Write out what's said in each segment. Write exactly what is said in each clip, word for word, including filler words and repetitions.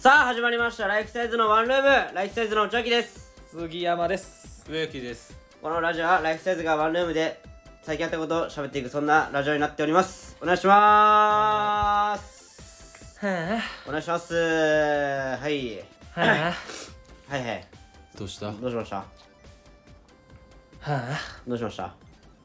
さあ始まりましたライフサイズのワンルーム、ライフサイズの内脇です。 杉山です。 植木です。 このラジオはライフサイズがワンルームで最近あったことを喋っていく、そんなラジオになっております。お願いしまーす。 はお願いします。はいあははいはい。 どうした？ どうしました？ あはどうしました？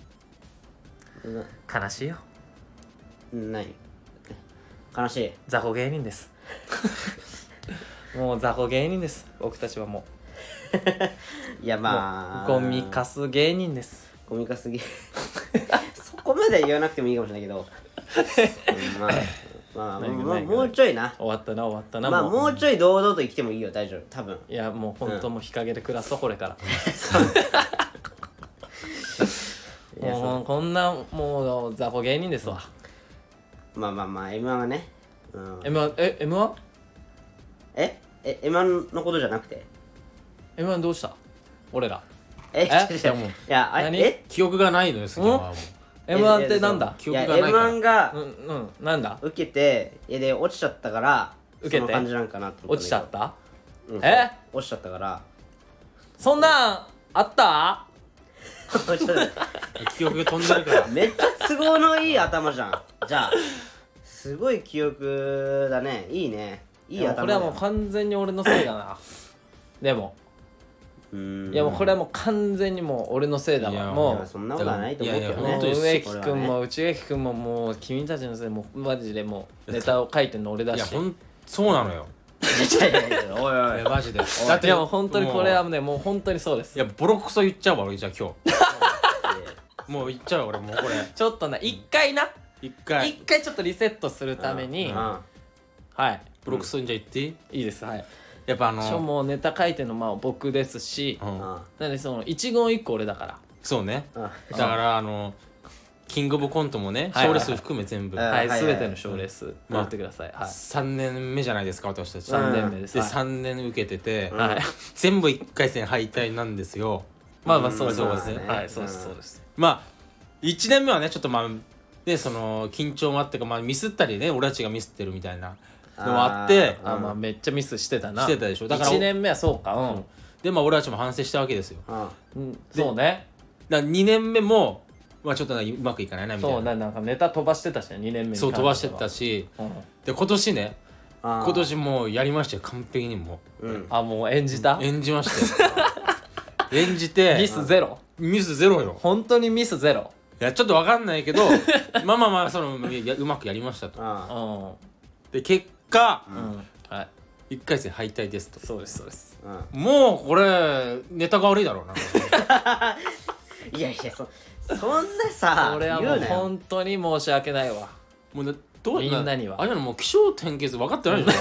あ悲しいよ。 ん何？悲しい。 雑魚芸人ですもう雑魚芸人です。僕たちはもいやうまあゴミかす芸人です。 ゴミかすぎそこまで言わなくてもいいかもしれないけどうんまあまあないもうないもうちょいな。 終わったな終わったな。 まあもうちょい堂々と生きてもいいよ、大丈夫、多分。 いやもうほんともう日陰で暮らそうこれからいやもうこんなもう雑魚芸人ですわ。 まあまあまあ エムワン はね、うん、 エムワン え エムワン？ ええ エムワン のことじゃなくてエムワン どうした俺らええ違う違うもういやあれ何え記憶がないのよ、杉山はもう。 エムワン ってなんだ？ 記いや憶がないからエムワン がうんうんなんだ受けてえで落ちちゃったから受けてその感じなんかなと思落ちちゃった？ た、うん、 え落ちちゃったからそんなんあった落ちちゃっ記憶が飛んでるからためっちゃ都合のいい頭じゃん。じゃあすごい記憶だね。いいね、いいいや頭だよ。 これはもう完全に俺のせいだなでもうーんいやもうこれはもう完全にもう俺のせいだいやわ。もういやそんなことはないと思うけどね。 いやいや本当に植木くんこれはねも内垣くんももう君たちのせい、もうマジでもうネタを書いてんの俺だし。 いやほんそうなのよ。 いやいやいやおいおいいやマジで。 だっていやもう本当にこれはねもう本当にそうです。 いやボロクソ言っちゃうわ俺。じゃあ今日もう言っちゃう俺もうこれちょっとな一回な一回一回ちょっとリセットするためにうんはいボロクソにじゃあ言っていい？ いいです。はいやっぱあしょのもうネタ書いてんのまあ僕ですし、 うんうんなんでその一言一句俺だからそうね。 うんだからあのキングオブコントもねはいはいはい賞レース含め全部うんはいはい全ての賞レース回ってください。はいさんねんめじゃないですか私たち。 さんねんめです。 ではいさんねん受けててはい全部いっかい戦敗退なんですよ。 まあまあそうですうんそうですそうですねはいそうですそうです。 まあいちねんめはねちょっとまあでその緊張もあってか、まあ、ミスったりね俺たちがミスってるみたいなのもあってあーあまあめっちゃミスしてたな。 してたでしょ。だからいちねんめはそうかでまあ俺たちも反省したわけですよ。 うんうん、うん、そうね。 だからにねんめもまあちょっとなんかうまくいかないなみたいな。 そうななんかネタ飛ばしてたしねにねんめにそう飛ばしてたし、 し、 うん、 で今年ねあー今年もうやりましたよ完璧に。もうんあもう演じたう演じましたよ演じてミスゼロ。 ミスゼロよ。 本当にミスゼロ。 いやちょっとわかんないけどまあまあまあそのいやうまくやりましたと。 あうんで結果うんはいいっかい戦敗退ですと。 そうですそうです。 ーうんもうこれネタが悪いだろうな。 いやいやそそんなさこれはもう言うなよ。 本当に申し訳ないわ。 もうねどうみんなにはあれなのもう気象転結分かってないでし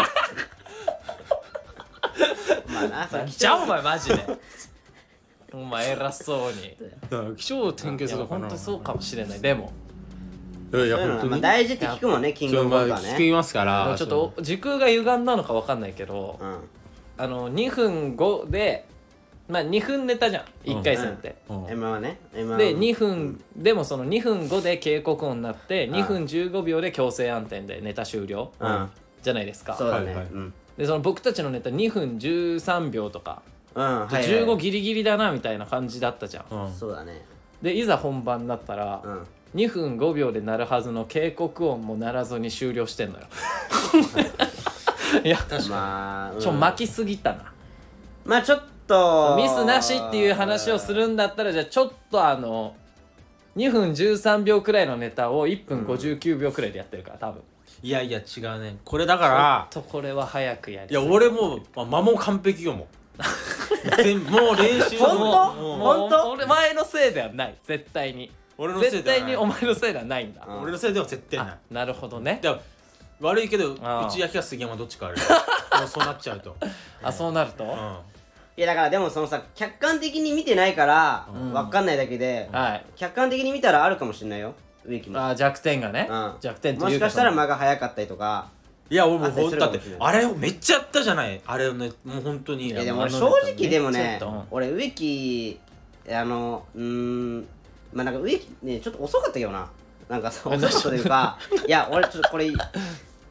まあなそれじゃあお前マジでお前偉そうに。 ょ気象転いや結分本当そうかもしれない。でもいやいやそういうのは本当にまあ大事って聞くもんね、キングオブコントは聞ね。 きますからちょっと時空が歪んだのか分かんないけど、 うんあのにふんごでまあにふんネタじゃんいっかい戦って、 そのうんエムワン はね エムワンでにふん、でもそのにふんごで警告音になってんにふんじゅうごびょうで強制暗転でネタ終了うんじゃないですか。 そうだねはいはいうんでその僕たちのネタにふんじゅうさんびょうとか、 うんはいはいじゅうごギリギリだなみたいな感じだったじゃん。 うんそうだねでいざ本番になったら、 うんにふんごびょうで鳴るはずの警告音も鳴らずに終了してんのよいやまあうんちょ巻きすぎたな。 まあちょっとミスなしっていう話をするんだったらじゃあちょっとあのにふんじゅうさんびょうくらいのネタをいっぷんごじゅうきゅうびょうくらいでやってるから多分いやいや違うねこれだからちょっとこれは早くやりいや俺もまあ間も完璧よもう全もう練習も本当もうもう本当俺前のせいではない絶対に俺のせい絶ではない対にお前のせいではないんだ。 うん俺のせいでは絶対ないあなるほどね。 だから悪いけどああ内焼きは杉山どっちかあるもうそうなっちゃうとあそうなると、 うんいやだからでもそのさ客観的に見てないからうん分かんないだけではい客観的に見たらあるかもしれないよ植木もあ弱点がね、 うん弱点ともいうかしかしたら間が早かったりとかいや俺もうあったりほんだってするかもしれないあれをめっちゃやったじゃないあれをねもう本当にいやでも俺あの正直でもねめっちゃやった俺植木あのうーんまあなんか植木ねちょっと遅かったけどななんかそう遅かったというかいや俺ちょっとこれ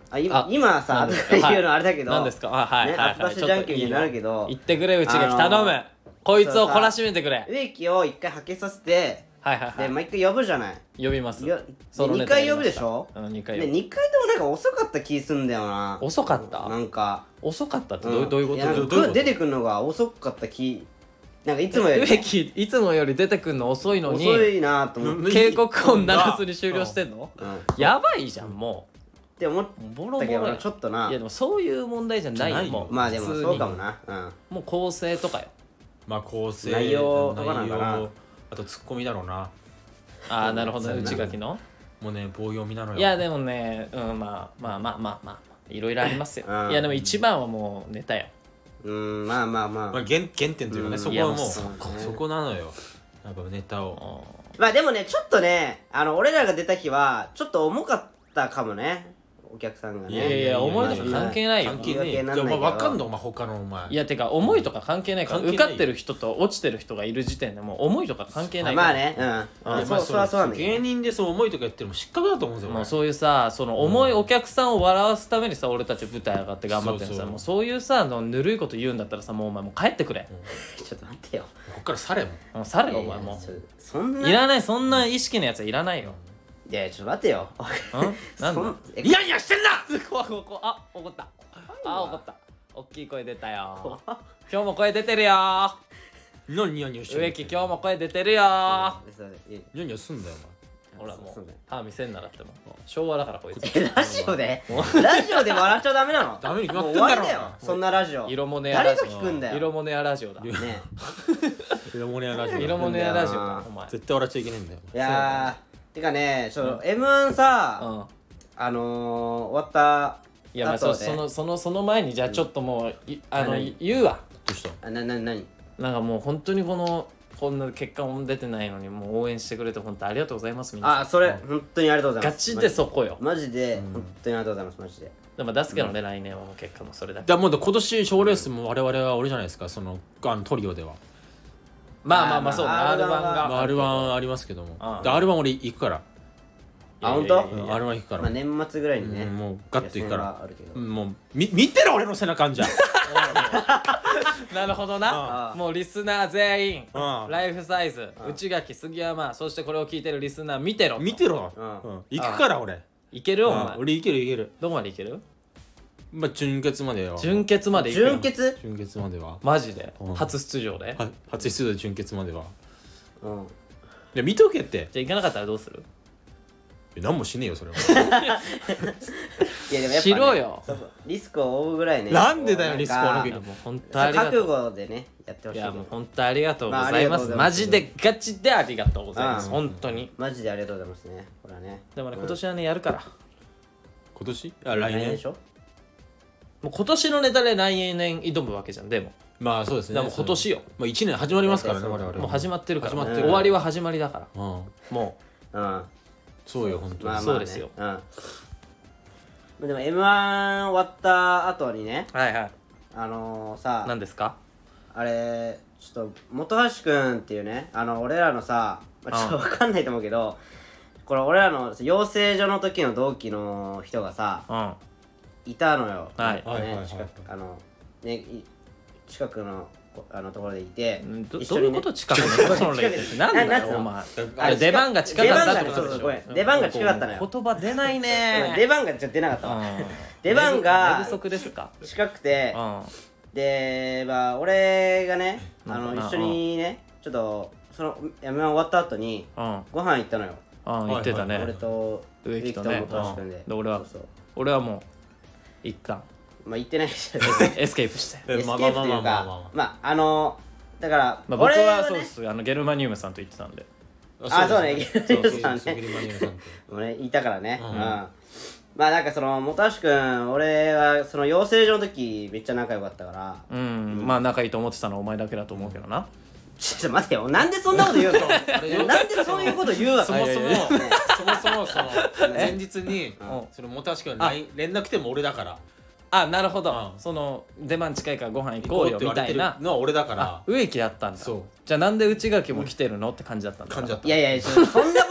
あ今あ今さ後何ですかから言うのあれだけど、 何ですかあはいねはいはい後出しじゃんけんになるけど言ってくれ内垣頼む、 あのーこいつを懲らしめてくれ植木を一回はけさせてはいはいはいで毎回呼ぶじゃない呼びますよそので2 ネタやりました回呼ぶでしょうんにかい呼でぶにかいともなんか遅かった気すんだよな遅かったなんか遅かったってどう,、 んどういうことやなんかどういうこと出てくるのが遅かった気なんかいつもより植木いつもより出てくんの遅いのに遅いなと思って、 うん警告音鳴らずに終了してんの、 うん、っやばいじゃんもて思っうボロボたけどロやちょっとないやでもそういう問題じゃないよじゃないよもうまあでも普通にそうかもなうんもう構成とかよまあ構成内容とかなんかな内容あとツッコミだろうなああなるほどねそうね内垣のもうね棒読みなのよいやでもねうんまあまあまあまあまあいろいろありますようんいやでも一番はもうネタようんまあまあまあまあ、原原点というかね、 うんそこはもういやもうそそうねそこなのよやっぱネタをまあでもねちょっとねあの俺らが出た日はちょっと重かったかもねお客さんがねいやいや思いとか関係ないよ関係ねえ言い訳になんないけどじゃあまあ分かんのお前他のお前いやてか思いとか関係ないから関係ない受かってる人と落ちてる人がいる時点でもう思いとか関係ないからまあねうんうんそうそうはそうなんだけど芸人でそう思いとか言ってるのも失格だと思うんですよ俺もうそういうさその重いお客さんを笑わすためにさ俺たち舞台上がって頑張ってるそうそうさもうそういうさあのぬるいこと言うんだったらさもうお前もう帰ってくれちょっと待ってよこっから去れももう去れよおいや前もいやちょそんうないらないそんな意識のやつはいらないよいやちょっと待ってようんなんだそんえいやいやしてんな怖い怖い怖いあ怒ったあ怒った大きい声出たよ今日も声出てるよ何ニヤニヤしてんの植木今日も声出てるよそういやニヤニヤすんだよほらもそううだよ歯見せんならっても昭和だからこいつえラジオでラジオで笑っちゃダメなのダメに決まもうってんだろ終わりだよそんなラジオ色物やラジオ誰が聞くんだよ色物やラジオだねお前色物やラジオ色物やラジオだお前絶対笑っちゃいけないんだよいやーてかねちょ エムワン さうんあのー終わったいやまあ後でそそのそのその前にじゃあちょっともういあの何言うわどうしたあなななになんかもう本当にこのこんな結果も出てないのにもう応援してくれて本当ありがとうございます皆さんあそれ本当にありがとうございますガチでそこよマジで本当にありがとうございますマジででも出すけどね来年はもう結果もそれだけだもう今年賞レースも我々は俺じゃないですかそのあのトリオではまあまあまあそうねまあアールワンアールワンがまあ アールワン ありますけどもああで アールワン 俺行くからあ本当いやいやいやうん アールワン 行くからまあ年末ぐらいにねうんもうガッと行くから予選はあるけどうんもうみ見てろ俺の背中あんじゃんなるほどなああもうリスナー全員うんライフサイズ内垣杉山そしてこれを聞いてるリスナー見てろと見てろうんうん行くから俺いけるおうん前俺行ける行けるどこまでいけるまあ準決までよ準決までいくよ純潔準決まではマジでうん初出場では初出場で準決まではうんいや見とけってじゃあ行かなかったらどうするいや何もしねえよそれはいやでもやっぱねしろよそうそうリスクを負うぐらいねなんでだよこうリスクを負うなんかいやもう本当そうありが覚とう悟でねやってほしいけどいやもう本当ありがとうございます、 まあありがとうございますマジでガチでありがとうございますうん本当にマジでありがとうございますねこれはねでもね今年はねやるから今年あ来年でしょもう今年のネタで来年挑むわけじゃんでもまあそうですねでも今年よまあいちねん始まりますからねそう我々 もう始まってるから始まってる終わりは始まりだからうんもうんそうよ本当にまあまあねそうですようんでも エムワン 終わった後にねうはいはいあのー、さ何ですかあれちょっと本橋くんっていうねあの俺らのさ、まあ、ちょっと分かんないと思うけどこれ俺らの養成所の時の同期の人がさうんいたのよ、 はいねはいはいはい近くあのねい近くのこあのところでいてうんど一緒にねどういうこと近くのところでってなんだななんつうのよお前あれ出番が近かったってことでしょ出番がねそうそうごめん出番が近かったのよ言葉出ないね出番がちょっと出なかったわうん出番が寝不足ですか近くてうんでまあ俺がねあなんかなの一緒にねちょっとそのエムワン終わった後にうんご飯行ったのようん言ってたね俺と植木とね本橋君でうんで俺はそうそう俺はもう一旦まあ行ってないしエスケープしてえエスケープというまあまあまあまあまかあまああのだからまあ僕俺はそうでねすあのゲルマニウムさんと言ってたんであそうねそうゲルマニウムそうさんねそうゲルマニウムさんって俺いたからねううんんまあなんかその本橋君俺はその養成所の時めっちゃ仲良かったからうんまあ仲いいと思ってたのはお前だけだと思うけどなちょっと待ってよなんでそんなこと言うのなんでそういうこと言うわけそもそもいやいやいそもそもその前日にんその本橋君ライン連絡来ても俺だからあなるほどうんその出番近いからご飯行こうよみたいなのは俺だかあら植木だったんだそうじゃあなんで内垣も来てるのって感じだったんだ感じだったいやいやちょっとそんなこ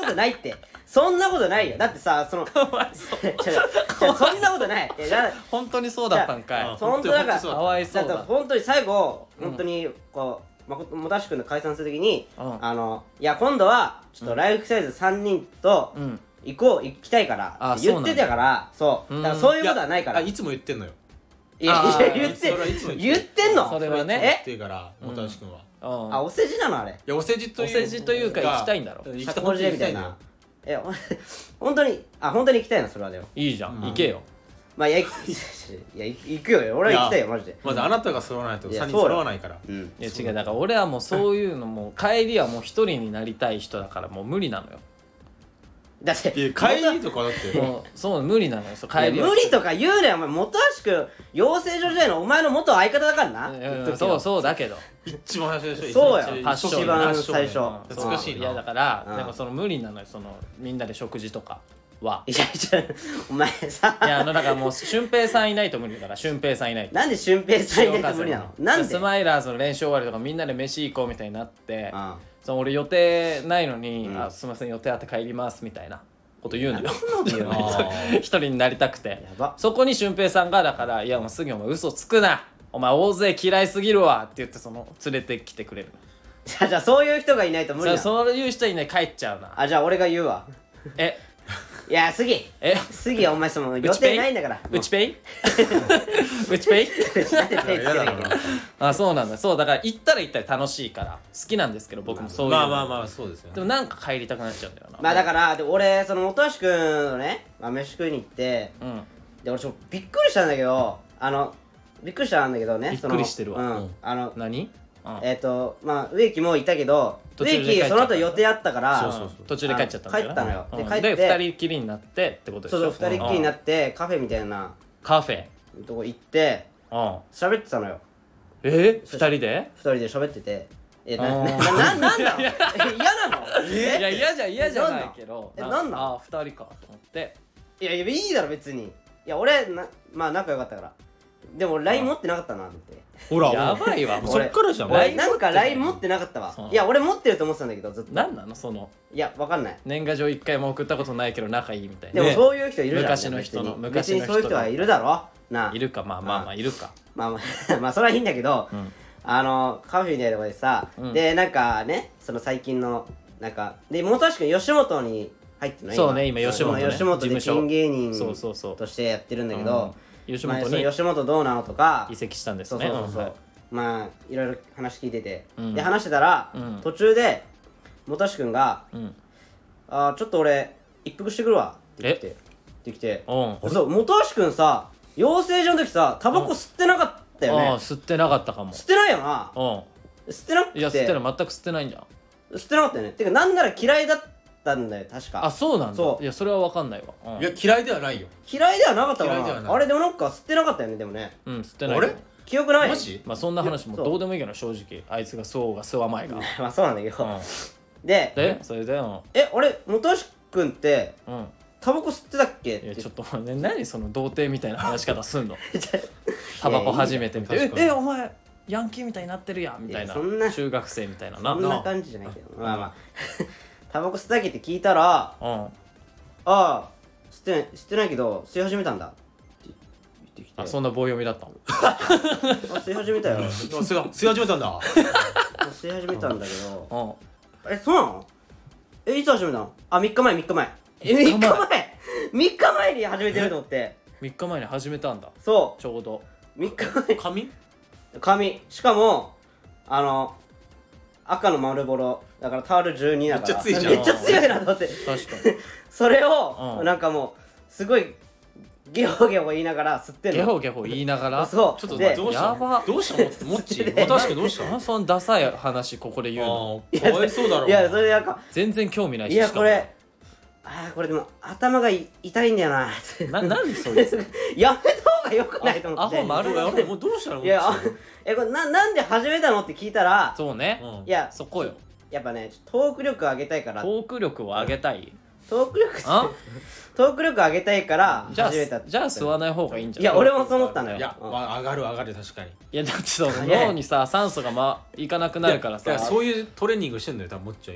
ことないってそんなことないよだってさそのかわいそう違う違うそんなことないいやだ本当にそうだったんかい。 本当だから本当にかわいそうだ。 だって本当に最後うん本当にこうまこともたしくんの解散するときに、 うんあのいや今度はちょっとライフサイズさんにんとうん行こう行きたいからあって言ってたからそううんだからそういうことはないからいあいつも言ってんのよやあーいや言ってそれはいつも言ってんのそれはね言ってるから本橋君はうんあお世辞なのあれいやお世辞というお世辞というか行きたいんだろ行きた社交辞令みたいなえほん本当にあ本当に行きたいのそれはでもいいじゃん、 うん行けよ。 まあいやいや行くよ俺は行きたいよマジでまずあなたが揃わないといやさんにん揃わないからうんいや違うだから俺はもうそういうのもう帰りはもう一人になりたい人だからもう無理なのよ。 だっていや帰りとかだってもうそう無理なのよそういや帰りは。 無理とか言うなよお前本橋君養成所時代のお前の元相方だからな言っとくけどそうそうだけど一番最初でしょそうや一ファッション一番ファッション最初うん懐かしいないやだから、 うんでもその無理なのよそのみんなで食事とかはいやいやお前さいやあのだからもう俊平さんいないと無理だから俊平さんいないとなんで俊平さんいないと無理なのなんでスマイラーズの練習終わりとかみんなで飯行こうみたいになってあその俺予定ないのに、 うんあすいません予定あって帰りますみたいなこと言うのよなんでそんなこと言うのあー一人になりたくてやばそこに俊平さんがだからいやもう杉お前嘘つくなお前大勢嫌いすぎるわって言ってその連れてきてくれるじゃあじゃあそういう人がいないと無理なのそそういう人いない帰っちゃうなあじゃあ俺が言うわえいや杉え杉お前その予定ないんだからうちペイうちペイなんで手つけなきゃいけないあそうなんだそうだから行ったら行ったら楽しいから好きなんですけど僕もそういうのまあまあまあそうですよねでもなんか帰りたくなっちゃうんだよなまあだからで俺その本橋君のね、まあ、飯食いに行ってうんで俺ちょっとびっくりしたんだけどあのびっくりしたんだけどねびっくりしてるわそのううんんあの何うんえっ、ー、とまあ植木もいたけど植途中で帰っちゃった木その後予定あったからそうそうそう途中で帰っちゃったんだよな帰ったのようんで帰ってで二人きりになってってことでしょそうそう二人っきりになっってカフェみたいなカフェとこ行ってうん喋ってたのよえ二人で二人で喋っててえなあーなななんなのえ嫌なのいや嫌じゃ嫌じゃないなんけどえなんなんあ二人かと思っていやいやいいだろ別にいや俺なまあ仲良かったからでも ライン 持ってなかったなってほらやばいわもうそっからじゃん俺なんか ライン 持ってなかったわうんいや俺持ってると思ってたんだけどずっと何なのそのいやわかんない年賀状一回も送ったことないけど仲いいみたいでなもそういう人いるじゃん昔の人の別に昔の人の別にそういう人はいるだろないるかまあまあまあいるかまあまあまあそれはいいんだけど、 うんあのカフェみたいなとこでさ、 うんでなんかねその最近のなんかで本橋君吉本に入ってるのそうね今吉本ねその吉本で事務所ピン芸人そうそうそうとしてやってるんだけど、 吉まあ本にその吉本どうなのとか移籍したんですそうねそうそうそう、 んはいまあいろいろ話聞いてて、 うんで話してたら、 うん途中で本橋君がうん 「あーちょっと俺一服してくるわ」って言ってってきてうんそう本橋君さ養成所の時さタバコ吸ってなかったよね、 ああ吸ってなかったかも吸ってないよなう吸ってなくてんいや吸ってない全く吸ってないんじゃん吸ってなかったよねてかなんなら嫌いだったんだよ確かあそうなんだそういやそれは分かんないわうんいや嫌いではないよ嫌いではなかったかな嫌いではないあれでもなんか吸ってなかったよねでもねうん吸ってないあれ記憶ないマジまあそんな話もそうどうでもいいけど正直あいつが吸おうが吸わまいがまあそうなんだけど、 うんででそれでうんえあれ本橋君ってうんタバコ吸ってたっけっていやちょっと待って何その童貞みたいな話し方すんのタバコ初めてみたいな確かにええお前ヤンキーみたいになってるやんみたいないやそんな中学生みたいなそなんな感じじゃないけどまあまあタバコ吸ってたっけって聞いたらうんああ吸ってない吸ってないけど吸い始めたんだって言ってきてあそんな棒読みだったのあ吸い始めたよ吸い吸い始めたんだ吸い始めたんだけどうんえそうなのえいつ始めたのあみっかまえみっかまええ3 みっかまえ日前みっかまえに始めてると思ってみっかまえに始めたんだそちょうどうみっかまえ髪髪しかもあの赤の丸ボロだからタオルじゅうにだからめっちゃ強いじゃんめっちゃ強いなと思って確かにそれを、 うんなんかもうすごいゲホゲホ言いながら吸ってんのゲホゲホ言いながらそうちょっとでどうしたやばどうしたももっちで本橋君どうしたあそのダサい話ここで言うのあーかわいそうだろいやそれでなんか全然興味ないしいやしかもこれあーこれでも頭がい痛いんだよなってななんでそいつやめた方がよくないと思ってあアホ丸やばいもうどうしたのいやあもっちえこれななんで始めたのって聞いたらそうねうんいやそこよやっぱねちょっとトーク力上げたいからトーク力を上げたいトーク力あトーク力上げたいからじゃあ始めたじゃあ吸わない方がいいんじゃいないや俺もそう思ったんだよいや、 うんわ上がる上がる確かにいやだってその早い脳にさ酸素がまいかなくなるからさいやそういうトレーニングしてんだよ多分もっちは今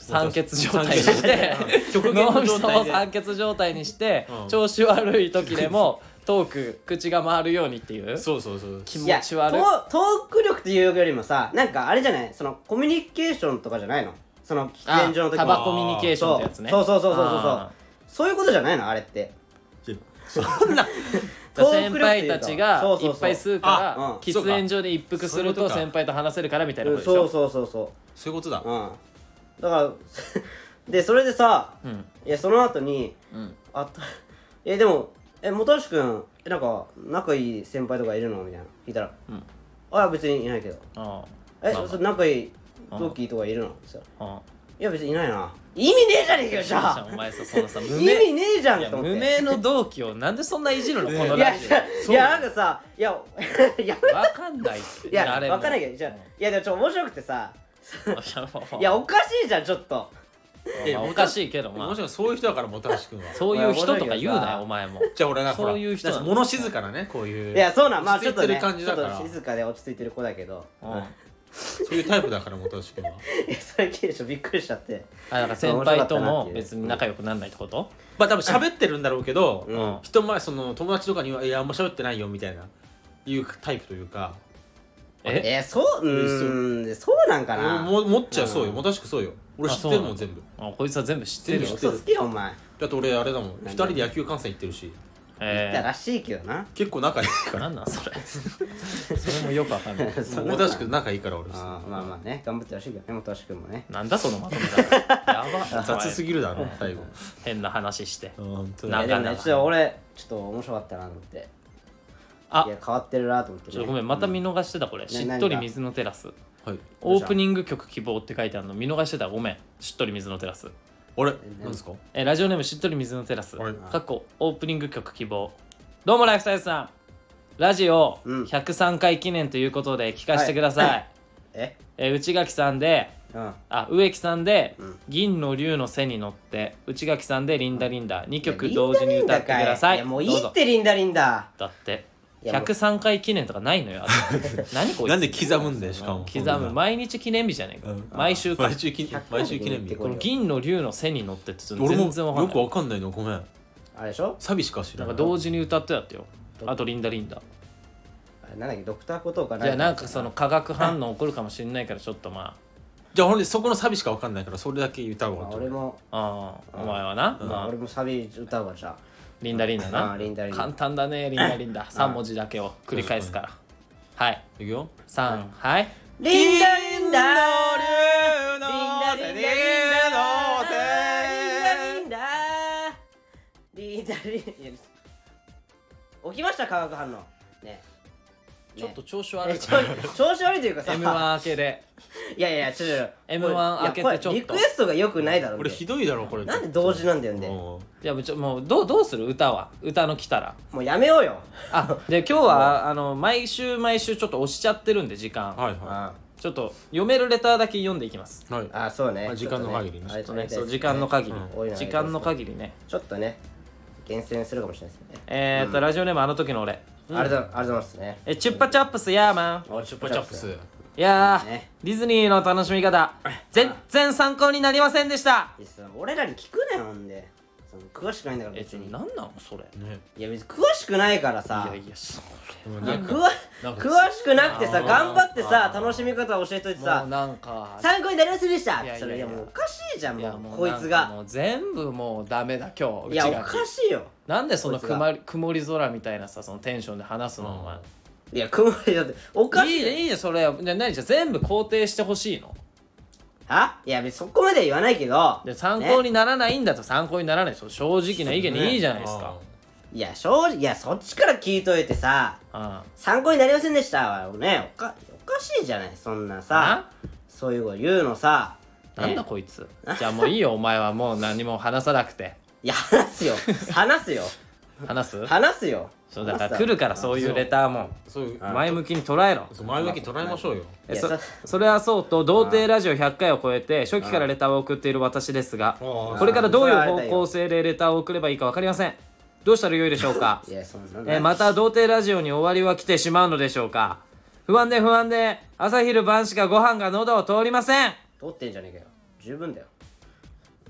酸欠状態にして極限脳みその状態でを酸欠状態にして、 うん調子悪い時でもトーク口が回るようにっていうそうそうそう気いや持ち悪い。 トートーク力っていうよりもさ、なんかあれじゃない、そのコミュニケーションとかじゃないの、その喫煙所の時タにバコミュニケーションってやつね。 そうそうそうそうそうそうあそういうことじゃないのあれって。 そんなー先輩たちがそうそうそういっぱい吸うかあうんら喫煙所で一服するとそういうことか先輩と話せるからみたいなことでしょ。 そうそうそうそそういうことだう、うん、だからでそれでさ、 うんいやその後にうんあったえでもえ本橋君えなんか仲いい先輩とかいるのみたいな聞いたら、 うんあ別にいないけどあえ、 まあまあそ仲いい同期とかいるのってさあいや別にいないな意味ねえじゃねえかよじゃあお前さそのさ無意味名ねえじゃんいやと思って無名の同期をなんでそんないじるのこのいやラジいやいやなんかさいやいやオわかんないっていや誰もわかんないけどじゃあいやでもちょっと面白くてさいいやおかしいじゃんちょっといやまあおかしいけどまあもちろんそういう人だから本橋君はそういう人とか言うなさよお前もじゃあ俺がほらそういう人なんか物静かなねこういういやそうなんまあ落ち着いてるちょっとね感じだからちょっと静かで落ち着いてる子だけどうんそういうタイプだから本橋君はえそれ聞いてちょっとびっくりしちゃってあだから先輩とも別に仲良くならないってことまあ多分喋ってるんだろうけど、 うん人前その友達とかにはいやあんま喋ってないよみたいないうタイプというかええそううーんそうなんか俺なも持っちゃうそうようん本橋君そうよ俺知ってるもん全部あこいつは全部知ってるよ全部知ってる嘘つけよお前だって俺あれだもん何二人で野球観戦行ってるしえ言ったらしいけどな結構仲いいー、 からなんなんそれそれもよくわかんないそんな本橋君仲いいから俺あーまあまあね頑張ってほしいけどね本橋君もねなんだそのまとめ方やば雑すぎるだろ最後変な話して本当ないやでもねちょっと俺ちょっと面白かったなと思ってあいや変わってるなと思ってねちょっとごめんまた見逃してたこれ、 んしっとり水のテラスはいオープニング曲希望って書いてあるの見逃してたごめんしっとり水のテラスあれなんですかえラジオネームしっとり水のテラスはいかっこオープニング曲希望どうもライフサイズさんラジオうんひゃくさんかい記念ということで聞かせてください、 はええ内垣さんでうんあ植木さんで、 うん銀の竜の背に乗って内垣さんでリンダリンダにきょくいや同時に歌ってくださいやもういどぞいうってリンダリンダだっていやもうひゃくさんかい記念とかないのよあと何こいつなんで刻むんだよしかも刻む毎日記念日じゃねえか、 うん毎週か毎週記毎週記念日ここの銀の竜の背に乗ってってちょっと俺も全然わかんないよくわかんないのごめんあれでしょサビしか知らないなんか同時に歌ってやってよあとリンダリンダあれなんだっけドクターコトーかいやなんかその化学反応起こるかもしれないからちょっとまじゃあほんでそこのサビしかわかんないからそれだけ歌うわまあ俺もあああお前はな、 ままああ俺もサビ歌うわじゃあリンダリンダあなあリンダリンダ簡単だねリンダリンダさん文字だけを繰り返すからはいいくよさんはいリンダリンダリンリンダリンダリンダリンダリンダリンダリンダリン起きました化学反応ねちょっと調子悪いえちょ調子悪いというかさエムワン 明けでいやいやちょっとエムワン 明けてちょっといやこれリクエストが良くないだろ俺ひどいだろこれなんで同時なんだよねうんいやちょもうどうどうする歌は歌の来たらもうやめようよあで今日はあの毎週毎週ちょっと押しちゃってるんで時間、 はいはあちょっと読めるレターだけ読んでいきますいはいあそうねまあ時間の限りねちょっとねあれそう時間の限り、 うん多いのやりたいですね時間の限りねちょっとね厳選するかもしれないですよねえー、っと、ラジオネームあの時の俺ありがとうありがとうございますねえチュッパチャップスヤーマンおチュッポチャップスいやー、 ねディズニーの楽しみ方全然参考になりませんでしたいやその俺らに聞くなよほんでその詳しくないんだからえ別にちょなんなのそれねいや別に詳しくないからさいやいやそもういやなんか詳なんか詳しくなくてさあー頑張ってさあー楽しみ方を教えといてされもうなんか参考になりませんでしたいやいやいやそれいやもうおかしいじゃんいやもうもうなんかこいつがもう全部もうダメだ今日いやお内垣かしいよなんでそのこいつが曇り曇り空みたいなさそのテンションで話すのお前いや曇りだっておかしいよいいねいいねそれじゃ何じゃ全部肯定してほしいのはいや別にそこまでは言わないけどで参考ねにならないんだと参考にならないそう正直な意見でいいじゃないですかいや正直いやそっちから聞いといてさあ参考になりませんでしたわねおかおかしいじゃないそんなさそういうこと言うのさあなんだねこいつじゃあもういいよお前はもう何も話さなくていや話すよ話すよ話す話すよそうだから来るからそういうレターもそういう前向きに捉えろそう前向きに捉えましょうよえそいやさそれはそうと童貞ラジオひゃっかいを超えて初期からレターを送っている私ですがあーこれからどういう方向性でレターを送ればいいか分かりませんどうしたらよいでしょうかいやそんなえーまた童貞ラジオに終わりは来てしまうのでしょうか不安で不安で朝昼晩しかご飯が喉を通りません通ってんじゃねえかよ十分だよ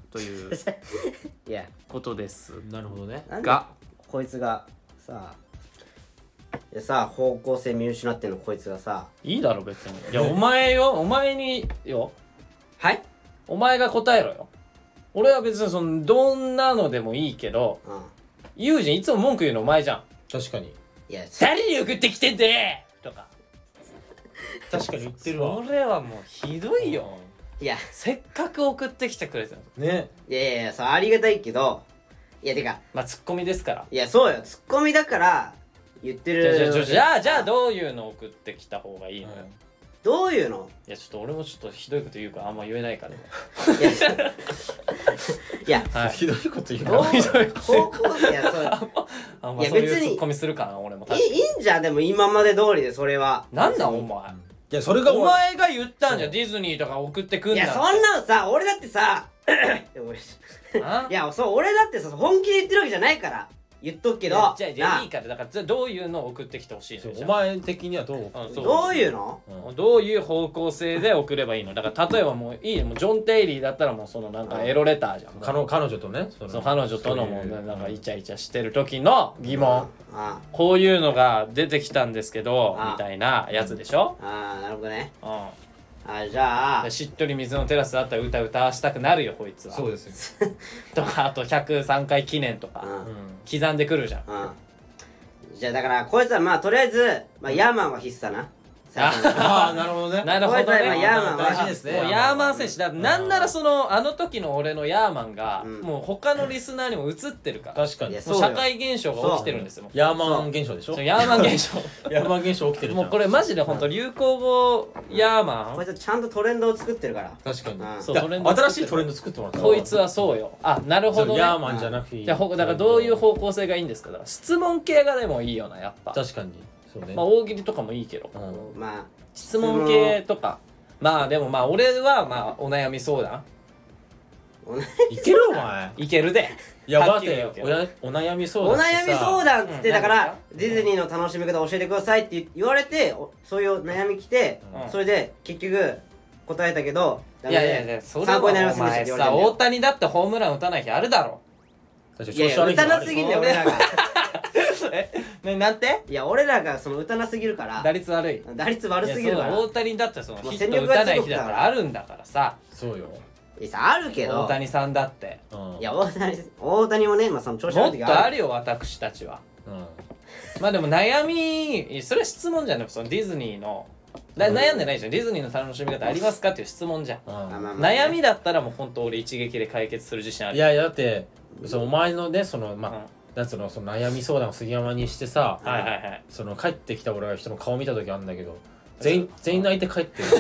といういやことですなるほどね。 なんでがこいつがさでさ方向性見失ってんのこいつがさいいだろ別に。いやお前よお前によはいお前が答えろよ。俺は別にそのどんなのでもいいけど、 うんユージンいつも文句言うのお前じゃん。 確かにいや誰に送ってきてんでとか。 確かに言ってるわそれはもうひどいよ。 いやせっかく送ってきてくれてるの。 ね。 いやいやいやそうありがたいけどいやてかまあツッコミですから。 いやそうよツッコミだから言ってるじゃあじゃあじゃあじゃあじゃあどういうの送ってきた方がいいのよ。 どういうのいやちょっと俺もちょっとひどいこと言うからあんま言えないからね。 いやいやはい。 ひどいこと言うどうな。 ひどいこと言う方向いやそうあんまいやそういう別にツッコミするかな俺もい確かに。 いいいんじゃんでも今まで通りでそれはなんだお別に前。 いやそれがお前が言ったんじゃん。 そうディズニーとか送ってくんないやそんなのさ俺だってさいや俺あいやそう俺だってさ本気で言ってるわけじゃないから言っとくけどいやじゃあじゃあないいからだからじゃあどういうのを送ってきてほしいのよじゃあそうお前的にはどう？ うんそうどういうのうんどういう方向性で送ればいいのだから例えばもういいよもうジョン・テイリーだったらもうそのなんかエロレターじゃん彼彼女とね。 そう彼女とのもうなんかイチャイチャしてる時の疑問あこういうのが出てきたんですけどあみたいなやつでしょああなるほどねうあじゃあんしっとり水のテラスだったら歌歌わしたくなるよこいつはそうですよ。 とかあとひゃくさんかい記念とかうんうん。 刻んでくるじゃんうんじゃあだからこいつはまあとりあえずまあヤーマンは必須だな最初にああなるほどね。 なるほどこいつは今ねヤーマンは大事ですね。 もうヤーマン選手だなんならそのあの時の俺のヤーマンがうんもう他のリスナーにも映ってるから確かにいや。 もう社会現象が起きてるんですよもうヤーマン現象でしょそう。ヤーマン現象ヤーマン現象起きてるじゃん。 もうこれマジで本当流行語ヤーマンこいつちゃんとトレンドを作ってるから確かに。 うんそうだトレンド作ってる新しいトレンド作ってもらった。 こいつはそうよあなるほどねヤーマンじゃなくていい。 じゃあほだからどういう方向性がいいんですかだから質問系がでもいいよなやっぱ確かに。そうね。 まあ大喜利とかもいいけどうんまあ質問系とかまあでもまあ俺はまあお悩み相談いけるお前。 いけるでいやはっ待てよきり言うけどおやお悩み相お談ってさ悩み相談っつってうんだから何ディズニーの楽しみ方教えてくださいって言われておそういう悩み来てうんそれで結局答えたけどダいメでやいやいやそれは参考になりまおせんでしたって前言われてんだよさ大谷だってホームラン打たない日あるだろ確かにいやいや打たなすぎんだよ俺らがえねなんていや俺らがその打たなすぎるから打率悪い打率悪すぎるからいやそうだ大谷だってそのもうヒット打たない日だからあるんだからさそうよ。 いやさあるけど大谷さんだってうんいや大谷大谷もねまあその調子もっ悪い時があるとあるよ私たちはうんまあでも悩みそれは質問じゃなくそのディズニーのだ悩んでないじゃんディズニーの楽しみ方ありますかっていう質問じゃんうんまあまあまあ悩みだったらもう本当俺一撃で解決する自信あるいやいやだってそのお前のねそのまあ、 うんなんつうのその悩み相談を杉山にしてさ、 はいはいはいその帰ってきた俺が人の顔見た時あるんだけど全員全員泣いて帰ってる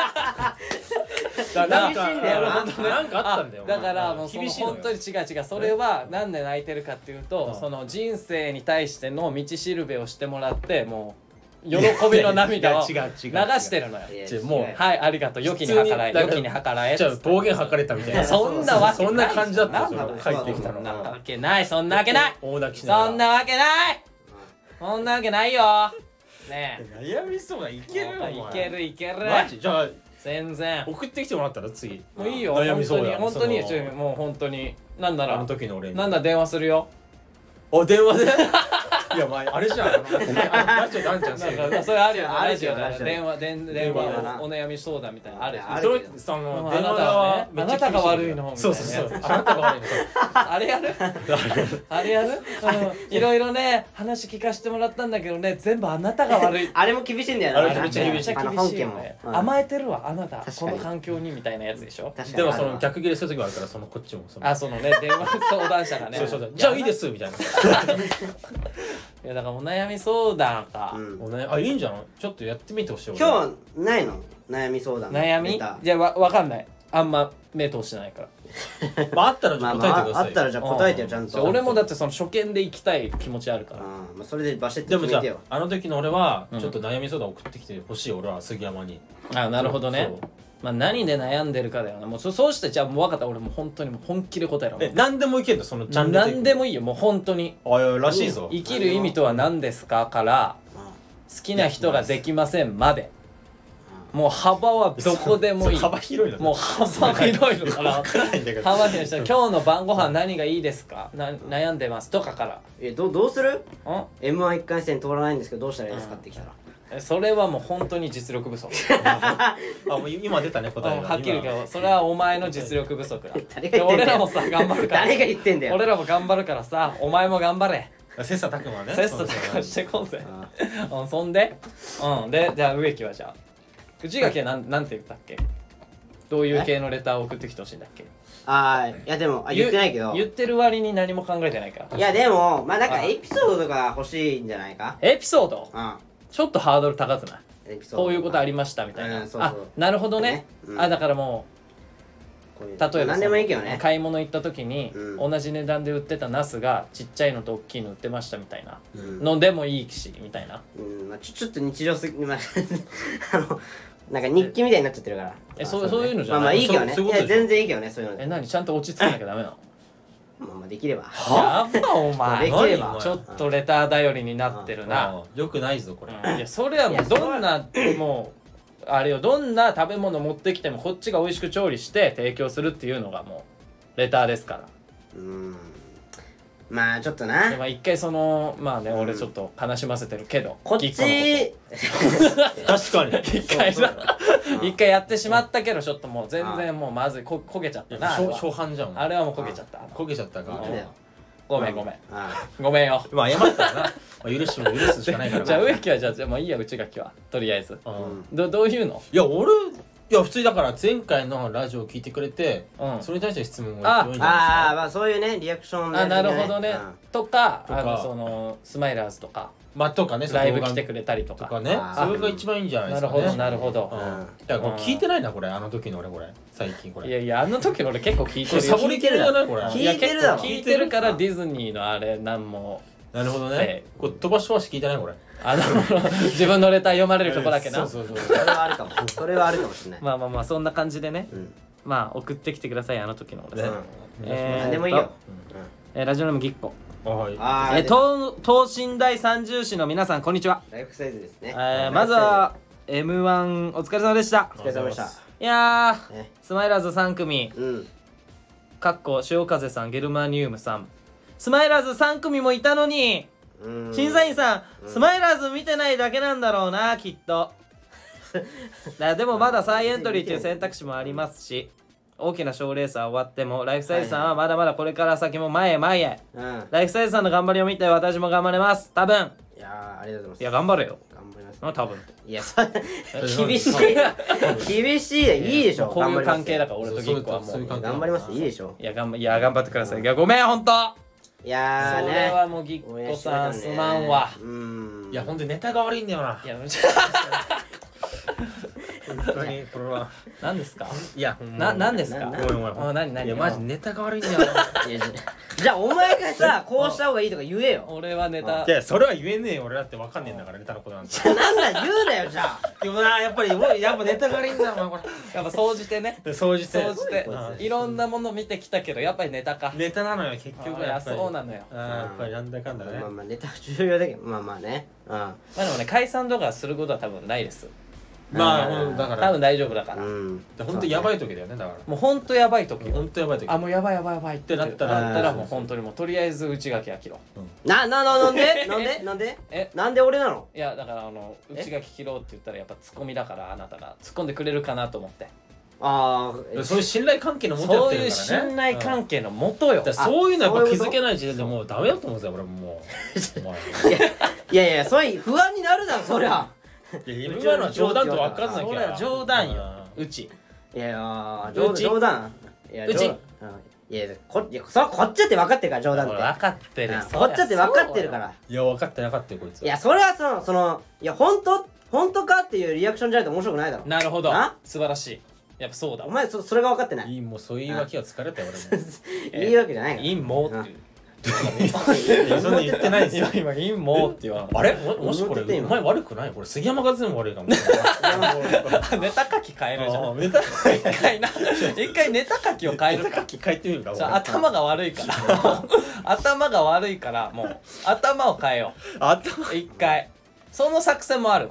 だ寂しいんだよななんかなんかあったんだよだからもうその厳しいのよ本当に違う違うそれはなんで泣いてるかっていうと、 うんその人生に対しての道しるべをしてもらってもう喜びの涙を流いや違う違うしてるのよいや違うもう違はいありがとう良きに計らえ普通に良きに計らえじゃあ暴言吐かれたみたいなそんなわけないそんな感じだったそんなその帰ってきたのそんなわけないそんなわけない大泣きしながらそんなわけないそんなわけないよね悩み相談いえけるよお前いけるいけるマジじゃあ全然送ってきてもらったら次もういいよ悩み相談本当に本当にそのちょもう本当になんならあの時の俺になんだ電話するよお電話でいやまああれじゃんあのラジオであんじゃんなんかそれあるよねあるラジオでラジオ電話電電電話話お悩み相談みたいなのあるしあるそれその電話あなた側はねめっちゃ厳しいあなたが悪いのみたいなやつそうそうそうあなたが悪いのあれやるあれやるうんいろいろね話聞かせてもらったんだけどね全部あなたが悪いあれも厳しいんだよなあれめっちゃ厳しいあの厳本家もしいよねうん甘えてるわあなた確かにこの環境にみたいなやつでしょ確かにでもその逆ギレする時もあるからそのこっちもそのあそのね電話相談者がねそうそうそうじゃあいいですみたいないやだからお悩み相談かうんおねあいいんじゃないちょっとやってみてほしい俺今日ないの悩み相談悩みネタじゃあわわかんないあんま目通してないからまああったらちょまあっと答えてくださいまああったらじゃあ答えてよちゃんとじゃあ俺もだってその初見で行きたい気持ちあるからうんまあそれでバシッでもじゃと決めてよああの時の俺はうんちょっと悩み相談送ってきてほしい俺は杉山にあなるほどねそうまあ何で悩んでるかだよなもうそそうしてじゃあもう分かった俺もう本当にもう本気で答えろえ何でもいけんのそのチャンネル何でもいいよもう本当にあいやらしいぞ生きる意味とは何ですかから好きな人ができませんまでもう幅はどこでもいい幅広いのもう幅広いのから分からないんだけど幅広い人今日の晩ご飯何がいいですかな悩んでますとかからえどどうするんエムワンいっかい戦通らないんですけどどうしたらいいですかって来たらえそれはもう本当に実力不足あもう今出たね答えがはっきり言うけどそれはお前の実力不足だ誰が言ってんだよで俺らもさ頑張るから誰が言ってんだよ俺らも頑張るからさお前も頑張れ今切磋琢磨ね切磋琢磨してこうぜあうんそんでうんでじゃあ植木はじゃあ内垣はなんなんて言ったっけどういう系のレターを送ってきてほしいんだっけあーいやでもあ言ってないけど言ってる割に何も考えてないからいやでもまあなんかエピソードとか欲しいんじゃないかエピソードうんちょっとハードル高くないエピソードこういうことありまましたみたいな、 うんそうそうあなるほどね、 うんあだからもこういうう例えば何でもいいけどね買い物行った時に、 うん同じ値段で売ってたナスがちっちゃいのと大きいの売ってましたみたいなうんのでもいいしみたいなうんまあちょちょっと日常すぎまああのなんか日記みたいになっちゃってるからえそうまあそういうのじゃないまあまあいいけどねいそうそういうことでしょや全然いいけどねそういうのでえ何ちゃんと落ち着けなきゃダメなのまあまあできればやばお前できれば何ちょっとレター頼りになってるな、 あよくないぞこれうんいやそれはもうどんなもうあれよどんな食べ物持ってきてもこっちが美味しく調理して提供するっていうのがもうレターですからうんまあちょっとなでまあ一回そのまあね、 うん俺ちょっと悲しませてるけどこっぎっこのち確かにこと一回そうなそう一回やってしまったけどちょっともう全然もうまずいこ焦げちゃったなあれ初は初版じゃんあれはもう焦げちゃった焦げちゃったかなんだよごめんごめんあごめんよまあ謝ったらなまあ許しも許すしかないからじゃあ植木はじゃあじゃあもういいや内垣はとりあえずうあうんんどどういうのいや俺いや普通にだから前回のラジオを聞いてくれてうんそれに対して質問をあ言ってもいいんじゃないあーまあそういうねリアクションあなるほどねとかとかあのそのスマイラーズとかですかまあとかねライブその来てくれたりとかとかねあーそれが一番いいんじゃないでなるすかねほどなるほどうんうんだからこれ聞いてないなこれあの時の俺これ最近これいやいやあの時の俺結構聞いこれてるよサボりきれじゃないこれ聞いてるだろいや結構聞いてるからディズニーのあれなんもなるほどえねこれ飛ばし飛ばし聞いてないこれあの自分のレター読まれるとこだけなそうそうそうそれはあるかもそれはあるかもしれないまあまあまあそんな感じでねうんまあ送ってきてくださいあの時の俺ねねうんえー何でもいいよえーラジオネームぎっこはいあーえー東東進大三重士の皆さんこんにちはライフサイズですねえーまずは エムワン お疲れ様でしたお疲れ様でしたいやーねスマイラーズさん組うんかっこ潮風さんゲルマニウムさんスマイラーズさん組もいたのにうん審査員さん、 うんスマイラーズ見てないだけなんだろうなきっとだでもまだ再エントリーっていう選択肢もありますし大きな賞レースは終わってもライフサイズさんはまだまだこれから先も前へ前へうんライフサイズさんの頑張りを見て私も頑張れます多分いやーありがとうございますいや頑張れよ頑張りますあ多分いやそ厳しい厳しいでいいでしょこういう関係だかから俺とギッコはもうそういう関係頑張りますいいでしょいや頑張いや頑張ってくださいいやごめんほんといやーそねれはもうギッコさんすまんわうんいやほんとネタが悪いんだよないや本当にこれは何ですかいやな何ですかなごめんごめんあ何何いやマジネタが悪いんだよないやじゃじゃあお前がさこうした方がいいとか言えよ俺はネタやそれは言えねえよ俺だってわかんねえんだからネタのことなんてなんだ言うなよじゃあでもなやっぱりもうやっぱネタが悪いんだよお前こやっぱ総じてねれ総じて総じてうんいろんなもの見てきたけどやっぱりネタかネタなのよ結局いややっぱりそうなのよあーやっぱりなんだかんだねまあまあネタは重要だけどまあまあねうんまあでもね解散とかすることは多分ないですまあうんうんだから多分大丈夫だからうん本当やばい時だよねだからもうほんとやばい時本当やばい時あもうやばいやばいやばいってなったらうんなったらもう本当にもうとりあえず内垣明郎ななななんでなんでなんでえなんで俺なのいやだからあの内垣切ろうって言ったらやっぱツッコミだからあなたが突っ込んでくれるかなと思ってああそういう信頼関係のもとやっそういうてるからね信頼関係のもとよだからそういうのやっぱ気そういうことづけない時点でもうダメだと思うんですよ俺ももうお前いやいやいやそういう不安になるだろそりゃいや今のは冗談と分かんなきゃそれは冗談ようちいやいやうち冗冗談いやうち冗うんいやこいやそこっちだって分かってるから冗談って分かってるうんこっちだって分かってるからいや分かってなかったよこいついやそれはそのそのいや本当本当かっていうリアクションじゃないと面白くないだろなるほどな素晴らしいやっぱそうだお前そそれが分かってないいいもうそういう言い訳は疲れたよ俺もいいわけじゃないから陰謀っていういやそんな言ってないですよ今今陰謀って言わあれももしこれ思ってて今お前悪くないこれ杉山和也も悪いかもネタ書き変えるじゃんネタ一回な一回ネタ書きを変えるかネタ書き書いてみるかそう俺頭が悪いから頭が悪いからもう頭を変えよ頭う一回その作戦もあるわ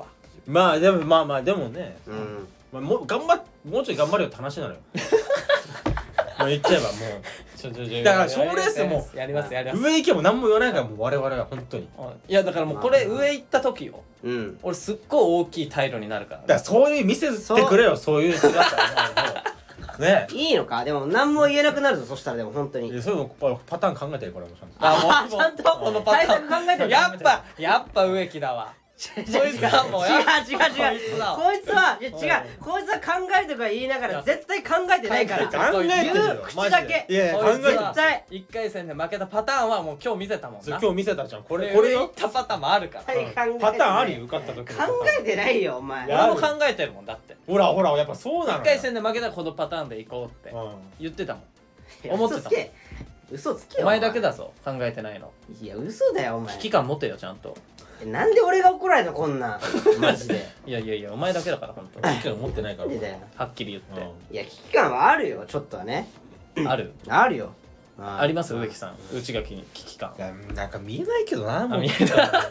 まあでもまあまあでもね、 うんまあ、もう頑張っもうちょい頑張れよって話なのよもう言っちゃえばもちょちょちょだから賞レースもやりますやりますう上行けも何も言わないからもう我々は本当にいやだからもうこれ上行った時ようん俺すっごい大きい態度になるからだからそういう見せてくれよそういう姿ねいいのかでも何も言えなくなるぞそしたらでも本当にいやそういうのパパターン考えてるからもうちゃんとあもうちゃんとこのパターン対策考えてるやっぱやっぱ植木だわこいつはもうやっぱ違う違う違うこいつだわこいつはいや違うこいつは考えとか言いながら絶対考えてないから考えてるよ言う口だけいやいや考えてるこいつは絶対一回戦で負けたパターンはもう今日見せたもんなそれ今日見せたじゃんこれこれ行これよったパターンもあるから絶対考えてないパターンあるよ受かった時の考えてないよお前いや俺も考えてるもんだってほらほらやっぱそうなのよ一回戦で負けたらこのパターンで行こうってうん言ってたもんいや思ってた嘘つけ嘘つけよお前だけだぞ考えてないのいや嘘だよお前危機感持てよちゃんとなんで俺が怒られるのこんなんマジでいやいやいやお前だけだから本当危機感持ってないからなんでだよはっきり言っいや危機感はあるよちょっとはねてあるあるよあります植木さん内垣に危機感いやなんか見えないけどなもう見え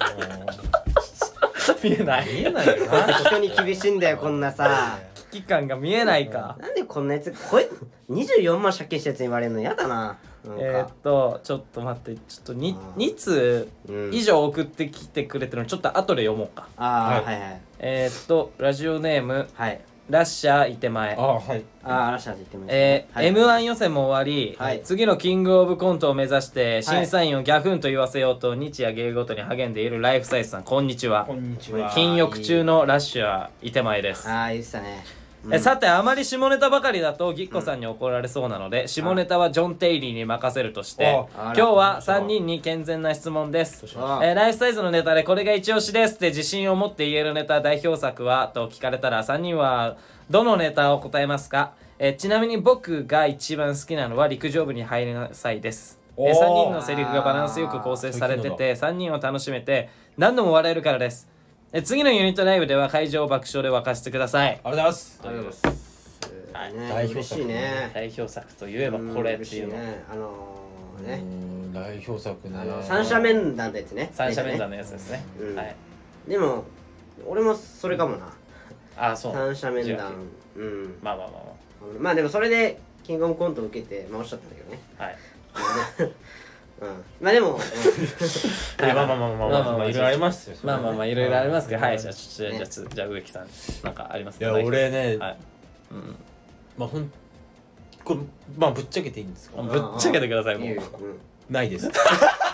見えない見えないよな人に厳しいんだよこんなさ危機感が見えないかなんでこんなやつこいにじゅうよんまん借金したやつに言われるの嫌だななんかえーっとちょっと待ってちょっとにうんに通うん以上送ってきてくれてるのちょっと後で読もうかああはいはいはいえーっとラジオネームはいラッシャーいてまえあはいああ嵐なんて言ってもいいえーはいエムワン 予選も終わり、 はい次のキングオブコントを目指して審査員をギャフンと言わせようと日夜芸ごとに励んでいるライフサイズさんこんにちはこんにちは禁欲中のラッシャーいてまえです、 ああ言ってたねうんえさてあまり下ネタばかりだとギッコさんに怒られそうなので、下ネタはジョン・テイリーに任せるとしてあ今日はさんにんに健全な質問ですあえーライフサイズのネタでこれが一押しですって自信を持って言えるネタ代表作はと聞かれたらさんにんはどのネタを答えますか、えーちなみに僕が一番好きなのは陸上部に入りなさいですえーおーさんにんのセリフがバランスよく構成されててさんにんを楽しめて何度も笑えるからですえー次のユニットライブでは会場を爆笑で沸かせてくださいありがとうございますありがとうございますはいね代表嬉しいね代表作といえばこれっていうのん嬉しねあのーねうん代表作ねあの三者面談のやつね三者面談のやつですね、 うんはいでも俺もそれかもなあそう三者面じゃ談うんまあまあまあまあでもそれでキングオブコントを受けて回しちゃったんだけどねまあはいうんまあでも、うんいやまあまあまあまあまあまあまあまあいろいろありますよまあまあまあいろいろありますけど、はい、じゃあいちょっとじゃあつじゃあ植木さんなんかありますか。 や俺ねはい。うん。 まあほんこれまあぶっちゃけていいんですかぶっちゃけてくださいもう。 いいようんないですえーもう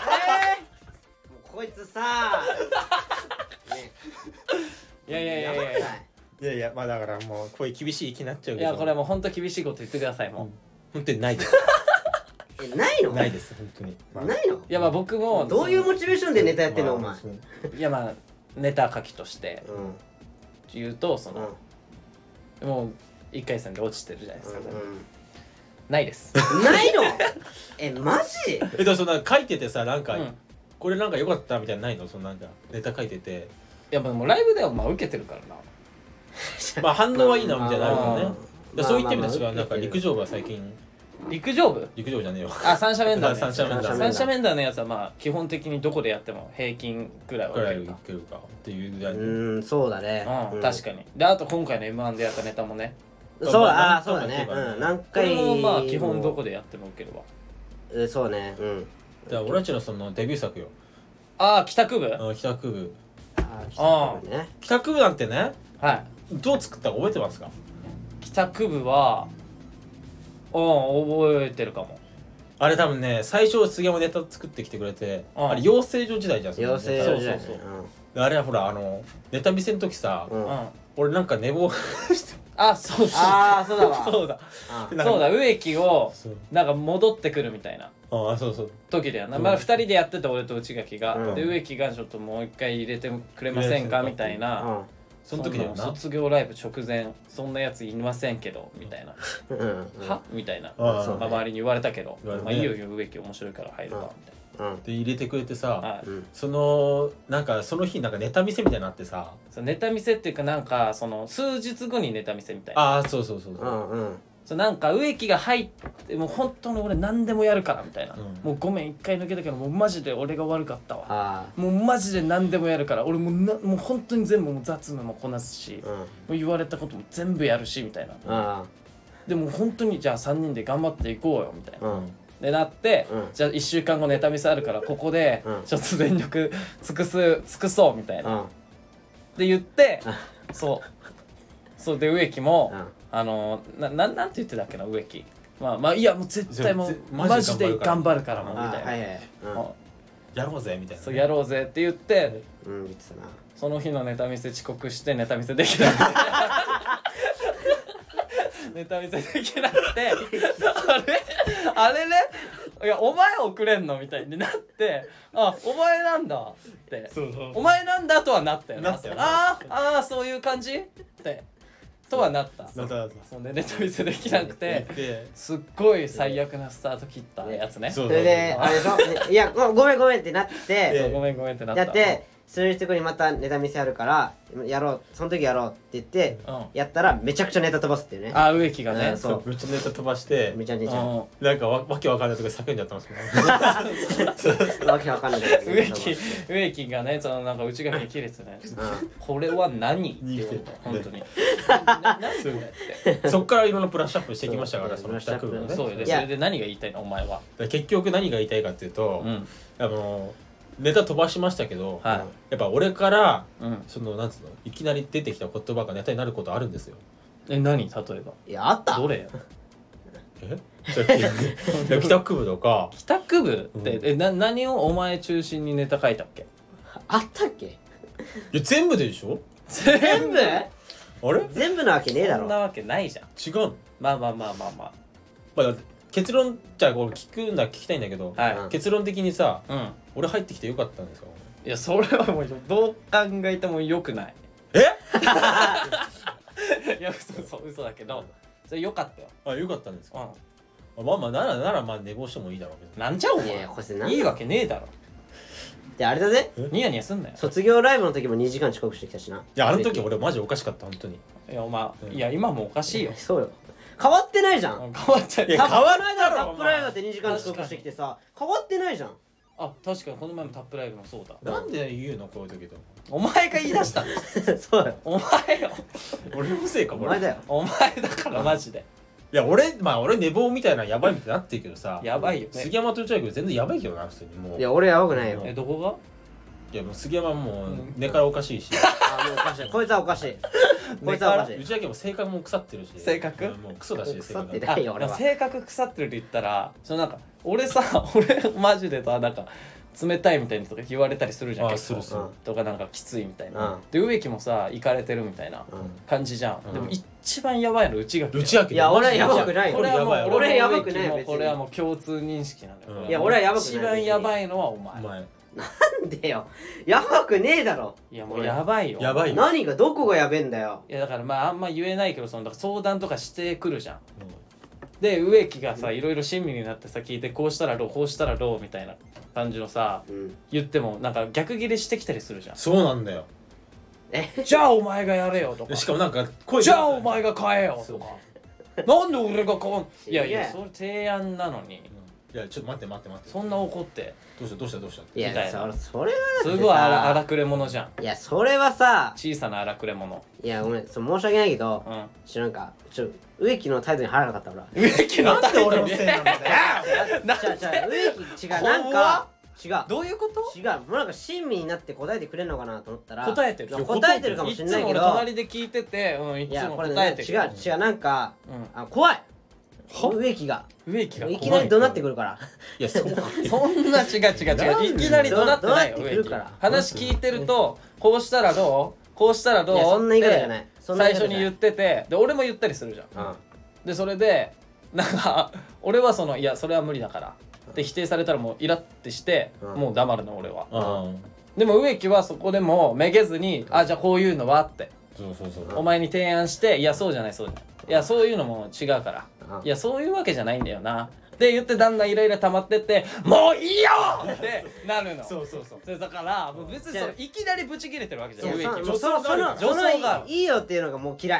こいつさねいやいやいやいやいや。 やばくないいやいやまあだからもうこういう厳しい気になっちゃうけどいやこれもう本当厳しいこと言ってくださいもう。 本当にないですえないのないです本当にまあないのいやまあ僕もどういうモチベーションでネタやってんのお前まあそういやまあネタ書きとしてうんうん言うとそうんのもう一回戦で落ちてるじゃないですか。 うないです。 んないのえマジえでもそんな書いててさなんか、 うんこれなんか良かったみたいなのないのそのなんかネタ書いてていやもうライブではまあ受けてるからな。 まあ反応はいいなみたいなのあるけどねまあでそう言ってみたまあまあらなんか陸上部は最近陸上部？ 陸上部じゃねえよあ三者面談のやつ。 三者面談三者面談のやつはまあ基本的にどこでやっても平均ぐらいはくらいい受けるか。 けるかっていうぐらいのうーんそうだねうん、確かにであと今回の エムワン でやったネタもねそうだまああーそうだね何回もうん何これ回もまあ基本どこでやっても受けるわえそうねうんじゃあ俺たちのそのデビュー作よああ帰宅部あの帰宅部ああーね帰宅部なんてねはいどう作ったか覚えてますか帰宅部はうん覚えてるかもあれ多分ね最初杉山ネタ作ってきてくれてうんあれ養成所時代じゃんその養成所時代そうそうあれはほらあのネタ見せの時さうんうんうん俺なんか寝坊してあそうそうああそうだわそうだあなんかそうだ植木をそうなんか戻ってくるみたいなああそうそう時だよな、 うんまあふたりでやってた俺と内垣が、 うんで植木がちょっともう一回入れてくれませんかみたいな、 その時だよなそんな卒業ライブ直前そんなやついませんけどみたいな、 うんうんはみたいな、 ああそうまあ、周りに言われたけど、 言われたねまあ、いいよいいよ植木面白いから入るわみたいうんで入れてくれてさ、 な、はいうんそのなんかその日なんかネタ見せみたいになってさそうネタ見せっていうかなんかその数日後にネタ見せみたいなああそうそうそうそうう、 んうんそうなんか植木が入ってもう本当に俺何でもやるからみたいな、 うんもうごめん一回抜けたけどもうマジで俺が悪かったわあもうマジで何でもやるから俺もうなもう本当に全部もう雑務もこなすし、 あうんもう言われたことも全部やるしみたいなあでも本当にじゃあさんにんで頑張っていこうよみたいな、 あうんでなって、 うんじゃあいっしゅうかんごネタ見せあるからここでうんちょっと全力尽くす尽くそうみたいな、 うんで言ってうんそうそうで植木も、 うんあのなななんて言ってたっけな植木まあまあいやもう絶対もうぜママジでジで頑頑張るからもうみあたいな、 はいはいもやろうぜみたいなうそうやろうぜって言ってうんうん言ってたなその日のネタ見せ遅刻してネタ見せできなくてネタ見せできなくてあれあれねいやお前遅れんのみたいになってあお前なんだってそうそうお前なんだとはなったよなったよなあーあーそういう感じってとはなったなったなったそんでネタ見せできなくてですっごい最悪なスタート切ったやつねそうそれであれでしょいやごごめんごめんってなっそうてごめんごめんってなったやって数日後にまたネタ見せあるからやろうその時やろうって言ってうんやったらめちゃくちゃネタ飛ばすっていうねあ植木がねうんそうめっちゃネタ飛ばしてめちゃめちゃうんなんかわわけわかんないとこで叫んじゃったんですけどわけわかんないけど植木植木がねそのなんか内垣に切れてねうんこれは何って言うの本当にな何それってそっからいろんなブラッシュアップしてきましたからそうその帰宅部をねそうよでいやそれで何が言いたいのお前は結局何が言いたいかっていうと、 うんあのネタ飛ばしましたけど、 はやっぱ俺からいうんそのなんつうのいきなり出てきた言葉がネタになることあるんですよ。 え何例えばいやあったどれよえ？じゃあ帰宅部とか帰宅部ってうんえな何をお前中心にネタ書いたっけあったっけいや全部でしょ？ 全部あれ？ 全部なわけねえだろそんなわけないじゃん違うの？ まあまあまあまあままあだって結論じゃあこれ聞くんだ聞きたいんだけど、 あはい、 うん結論的にさうん俺入ってきてよかったんですか？ いやそれはもうどう考えてもよくないえ？ いや嘘嘘嘘だけどそれよかったよあよかったんですか？ うあまあまあならならまあ寝坊してもいいだろうけど。 んなんじゃおいやい前やこれなんいいわけねえだろであれだぜニヤニヤすんなよ卒業ライブの時もにじかん遅刻してきたしないやあの時俺マジおかしかった本当に。 いやお前、 うんいや今もおかしいよそうよ変わってないじゃん変わっちゃういやタップ変わったろタップライブだってにじかん遅刻してきてさ変わってないじゃんあ確かにこの前もタップライブもそうだなんで言うのこういう時と。 お前が言い出したんだよそうよお前よ俺のせいかこれ。 お前だよお前だからマジでいや俺まあ俺寝坊みたいなやばいみたいになってるけどさやばいよね杉山と内訳全然やばいけどな普通にもういや俺やばくないよえどこがいやもう杉山もう根からおかしいしあもうおかしいこいつはおかしいこいつはおかしい内訳も性格も腐ってるし性格うんもうクソだし性腐って格ないよ俺はあ性格腐ってるって言ったらそのなんか俺さ俺マジでさなんか冷たいみたいなとか言われたりするじゃんあ結構するするとかなんかきついみたいな、 うんで植木もさ行かれてるみたいなうん感じじゃん、 うんでも一番やばいの内垣だよ内訳いや俺はやばくないよこれはもうこれやばい俺やばくないもう別にこれはもう共通認識なんだよ、 うんこいや俺はやばくない一番やばいのはお前お前なんでよやばくねえだろいやもうやばいよやばいよ何がどこがやべえんだよいやだからまああんま言えないけどそのだから相談とかしてくるじゃんで植木がさいろいろ親身になってさ聞いてこうしたらどうこうしたらどうみたいな感じのさうん言ってもなんか逆ギレしてきたりするじゃんそうなんだよえじゃあお前がやれよとかしかもなんか声じゃあお前が買えよとかなんで俺が買わんいやいいややそれ提案なのにいやちょっと待って待って待ってそんな怒ってどうしたどうしたどうしたいみたやいなそそれはすごい荒荒くれ者じゃんいやそれはさ小さな荒くれ者いやごめんそう申し訳ないけどうんちょなんかちょ植木の態度に腹が立った俺植木の態度になんだよな違う違う植木違うなんか違うどういうこと違うもうなんか親身になって答えてくれるのかなと思ったら答えてるいや答えてるかもいつもしれないけど俺隣で聞いててうんいいつもやこれね答えてる違う違うなんかうんあ怖いは植木が植木が怖いきなり怒鳴ってくるからいやそうそんな違う違う違ういきなり怒鳴ってないよ怒鳴ってく植木るから話聞いてるとこうしたらどうこうしたらどういやそんな言い方じゃないってそんな最言い方じゃない初に言っててで俺も言ったりするじゃんうんでそれでなんか俺はそのいやそれは無理だからって否定されたらもうイラってしてうんもう黙るの俺はうんでも植木はそこでもめげずにあじゃあこういうのはってそうそうそうお前に提案していやそうじゃないそうじゃないいやそういうのも違うからうんいやそういうわけじゃないんだよなって言ってだんだんイライラ溜まってってもういいよってなるのそうそうそうそれだからもう別にそのいきなりブチ切れてるわけじゃんいや植木もそそそのその女装があるいいよっていうのがもう嫌い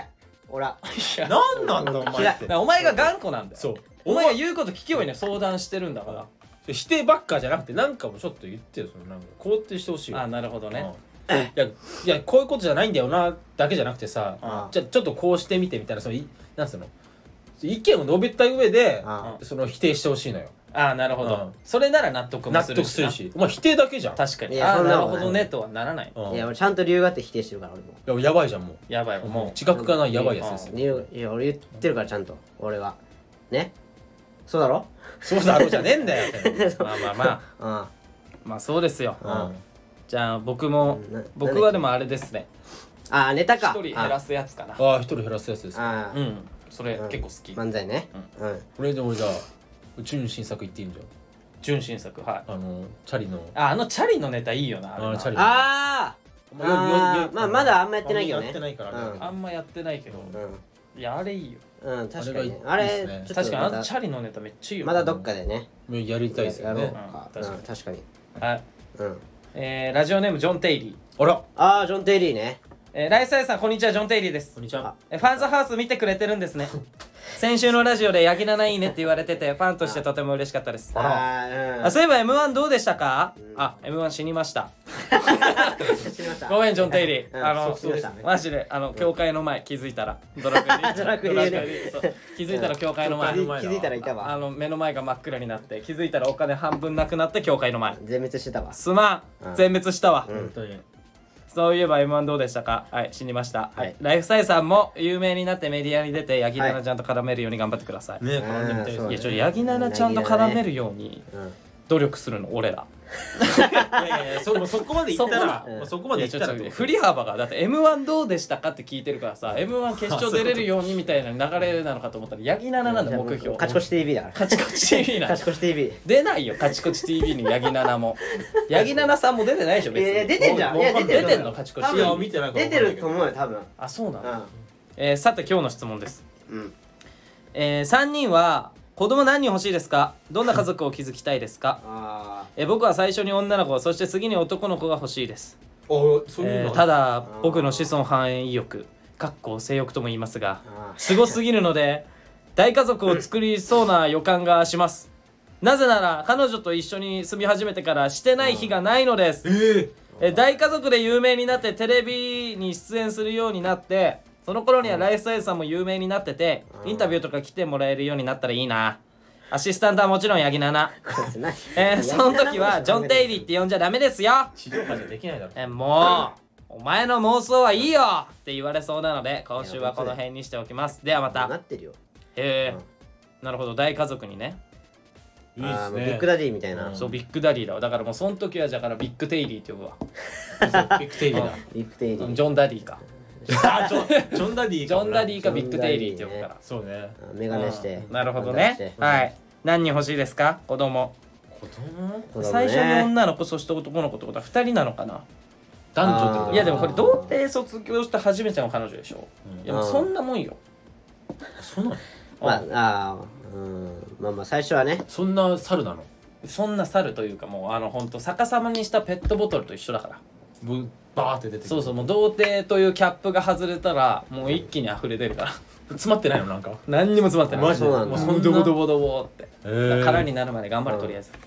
おらなんなんだお前ってだからお前が頑固なんだよ。 そうお前が言うこと聞けばいいね、相談してるんだから。 否定ばっかじゃなくてなんかもちょっと言ってよそのなんか肯定してほしいよあなるほどね。 うんいやいやこういうことじゃないんだよなだけじゃなくてさあじゃあちょっとこうしてみてみたいなそのいなんつうの意見を述べた上であその否定してほしいのよあなるほど、 うんそれなら納得も納するしな。 得するしお前否定だけじゃん確かに。 いやああなるそんなのないほどねとはならない。 うんいや俺ちゃんと理由があって否定してるから俺もいややばいじゃんもうやばいもうもう自覚がないやばいやつですよ理由いや俺言ってるからちゃんと俺はねそうだろそうだろうじゃねえんだよまあまあまああまあそうですよ。 あじゃあ僕もうんな僕はでもあれですね、 ああネタ一か人減らすやつかな。 ああ一人減らすやつですああうんそれうん結構好き。 漫才ねうんこれで俺じゃあ宇宙の新作言っていいんじ純真作はい。 ゃんあのチャリのああのチャリのネタいいよなあれな。 あのチャリあまあよよよあまあまだあんまやってないけどねやってないからあれだけどあんまやってないけど、 ういやあれいいよ。 んうん確かにねあれがいいあれいいっすねちょっと確かにあのまたチャリのネタめっちゃいいよ。 まだどっかでねやりたいですよやろうねかうん確かにうん確かにはい、 うんえー、ラジオネームジョン・テイリー、 あらああジョン・テイリーねえー、ライスアイさんこんにちは、ジョン・テイリーです。 こんにちはえーファンズハウス見てくれてるんですね。先週のラジオでヤギナナいいねって言われててファンとしてとても嬉しかったです。 あらあーうんあそういえば エムワン どうでしたか、 うんあ エムワン 死にました。 知りましたごめんジョン・テイリー、 うんあのそうでしたねマジであの教会の前気づいたらドラクエでドラクエでねドラクエでそう気づいたら教会の前、 教会の前気づいたらいたあわの目の前が真っ暗になって気づいたらお金半分なくなって教会の前全滅してたわすまうんん全滅したわ、 うん本当にそういえば エムワン どうでしたか。はい死にました、 はいライフサイさんも有名になってメディアに出てヤギナナちゃんと絡めるように頑張ってください、 ね絡んでみたいですうんいやちょっとヤギナナちゃんと絡めるようにうん努力するの俺ら。 いやいやいやそもうそこまでいったらそこもうそこまでいったらいやちょっと振り幅がだって エムワン どうでしたかって聞いてるからさ エムワン 決勝出れるようにみたいな流れなのかと思ったらヤギナナなんだ目標。 勝ち越し ティーブイ だから勝ち越し ティーブイ なんだ勝ち越し ティーブイ出ないよ勝ち越し ティーブイ にヤギナナもヤギナナさんも出てないでしょ別に。 いやいや出てんじゃんいや出て出てるんの勝ち越し多いやティーブイ。 見てないから出てると思うよ多分あそうなの、 うえーさて今日の質問です。 んうんえー、さんにんは子供何人欲しいですか。どんな家族を築きたいですか。 あえー僕は最初に女の子そして次に男の子が欲しいです。 おそういうのえーただ僕の子孫繁栄意欲かっこ性欲とも言いますがあすごすぎるので大家族を作りそうな予感がします。なぜなら彼女と一緒に住み始めてからしてない日がないのです。 ええ大家族で有名になってテレビに出演するようになってその頃にはライフスタイルさんも有名になっててインタビューとか来てもらえるようになったらいいな。アシスタントはもちろんヤギナナ、 こいつ何えー、その時はジョン・テイリーって呼んじゃダメですよ。 地上波じゃできないだろえーもうお前の妄想はいいよって言われそうなので今週はこの辺にしておきます。ではまた。 なってるよへえなるほど大家族にね。 いいっすねあーもうビッグダディみたいなうんそうビッグダディだわ。だからもうその時はだからビッグテイリーって呼ぶわ。 ビッグテイリーだビッグテイリージョン・ダディかあジョンジョンダディジョン・ダディかビッグテイリーっジョンダディねて呼ぶから。 そうねメガネしてなるほどファンタしてね。はい何人欲しいですか子供。 子供子供ね最初に女の子そして男の子ってことはふたりなのかな。 男女ってこといやでもこれ童貞卒業した初めての彼女でしょ。 うんいやもうそんなもんよ。 そんなまああーうんまあまあ最初はねそんな猿なのそんな猿というかもうあのほんと逆さまにしたペットボトルと一緒だから。 ぶバーって出てくるそうそうもう童貞というキャップが外れたらもう一気に溢れ出るから詰まってないのなんか何にも詰まってない。 マジでそうなんだもうそんドボドボドボってへー空になるまで頑張るとりあえず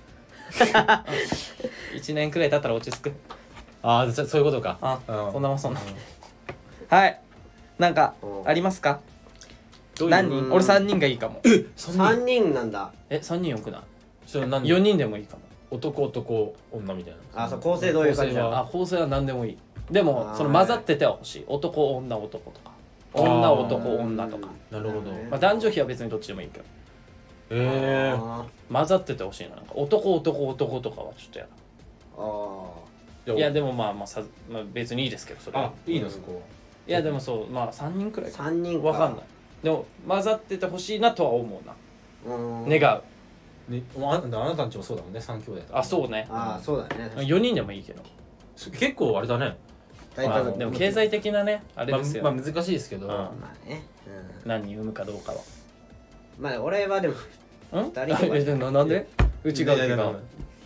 いちねんくらい経ったら落ち着く。 ああそういうことかあうんそんなもんそんなもんはいなんかうんありますか。 どういう何うん人俺さんにんがいいかも。 三三人なんだえさんにんよくないそれ何よにんでもいいかも。 男男女みたいなあそう構成どういう感じなのあ構成は何でもいい。でもあーその混ざってては欲しい。男女男とか女あー男女とか、 なるほどまあ、男女比は別にどっちでもいいけどへえあ混ざっててほしいな。なんか男男男とかはちょっとやーあだ。いやでもまあまあさ、まあ、別にいいですけどそれは。 あいいのそこいやでもそうまあさんにんくらいー三人わかんない。でも混ざっててほしいなとは思うな。 うん願う。 ねああなたんちもそうだもんね三兄弟とかあそうねああそうだねよにんでもいいけど、 結構あれだねまあ、 大家族でも経済的なねあれですよ、 まあ、まあ難しいですけど、 うんまあね何人産むかどうかはうんまあ俺はでもうん二人とかえでななんでうちがうちがいやいやいや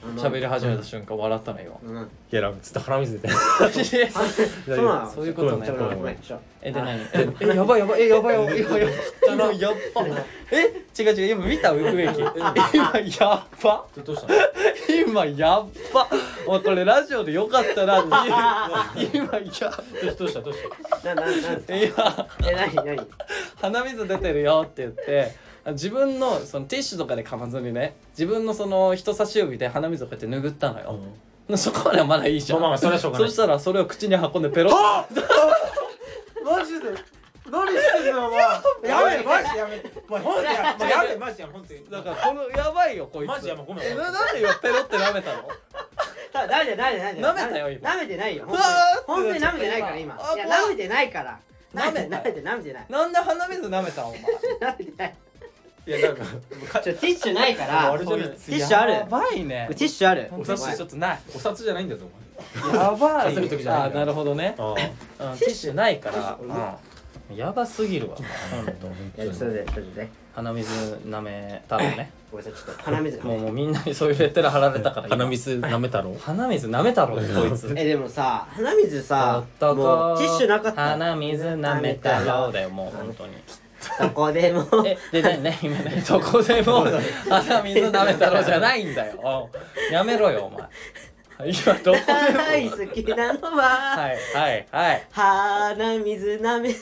喋り始めた瞬間笑ったの今うんいやなんかずっと鼻水出てそうなのそういうことねちょっごめんごめんちょえで何ええやばいやばいえやばいやばいやばい今やっばえ違う違う今見た植木今やっばどうしたの今やっばおいこれラジオでよかったなっていう今やどうしたどうしたなななんですかいやえ何何鼻水出てるよって言って自分のそのティッシュとかで噛まずにね自分のその人差し指で鼻水をこうやって拭ったのよ、そこまではまだいいじゃん、 まあまあそれはしょうがないそしたらそれを口に運んでペロッマジで何してんのお前やめマジでやめてお前ほんとやもうやめマジでやめほんとにだからこのやばいよこいつマジやもうごめんえななんで今ペロって舐めたのただ誰だ誰だ誰だ舐めたよ今舐めてないようわ本当にー本当に舐めてないから今いやあ怖い舐めてないから舐めた舐めて舐めてないなんで鼻水舐めたんお前舐めてないいやなんかちょティッシュないからあれじゃないティッシュあるやばいねティッシュあるティッシュちょっとないお札じゃないんだぞやばい刺さる時じゃないんだあなるほどねお前うんティッシュないからうんやばすぎるわほんといやそれでそれでね鼻水舐めたろねごめんなさいちょっと鼻水がもうもうみんなにそういうレッテル貼られたから今鼻水舐めたろ鼻水舐めたろこいつえでもさ鼻水さとっとこもうティッシュなかったら鼻水舐めたろだよもう本当にどこでもえで何何今ねどこでも鼻水舐めたろじゃないんだよやめろよお前今どこでも大好きなのははいはいはい鼻水舐め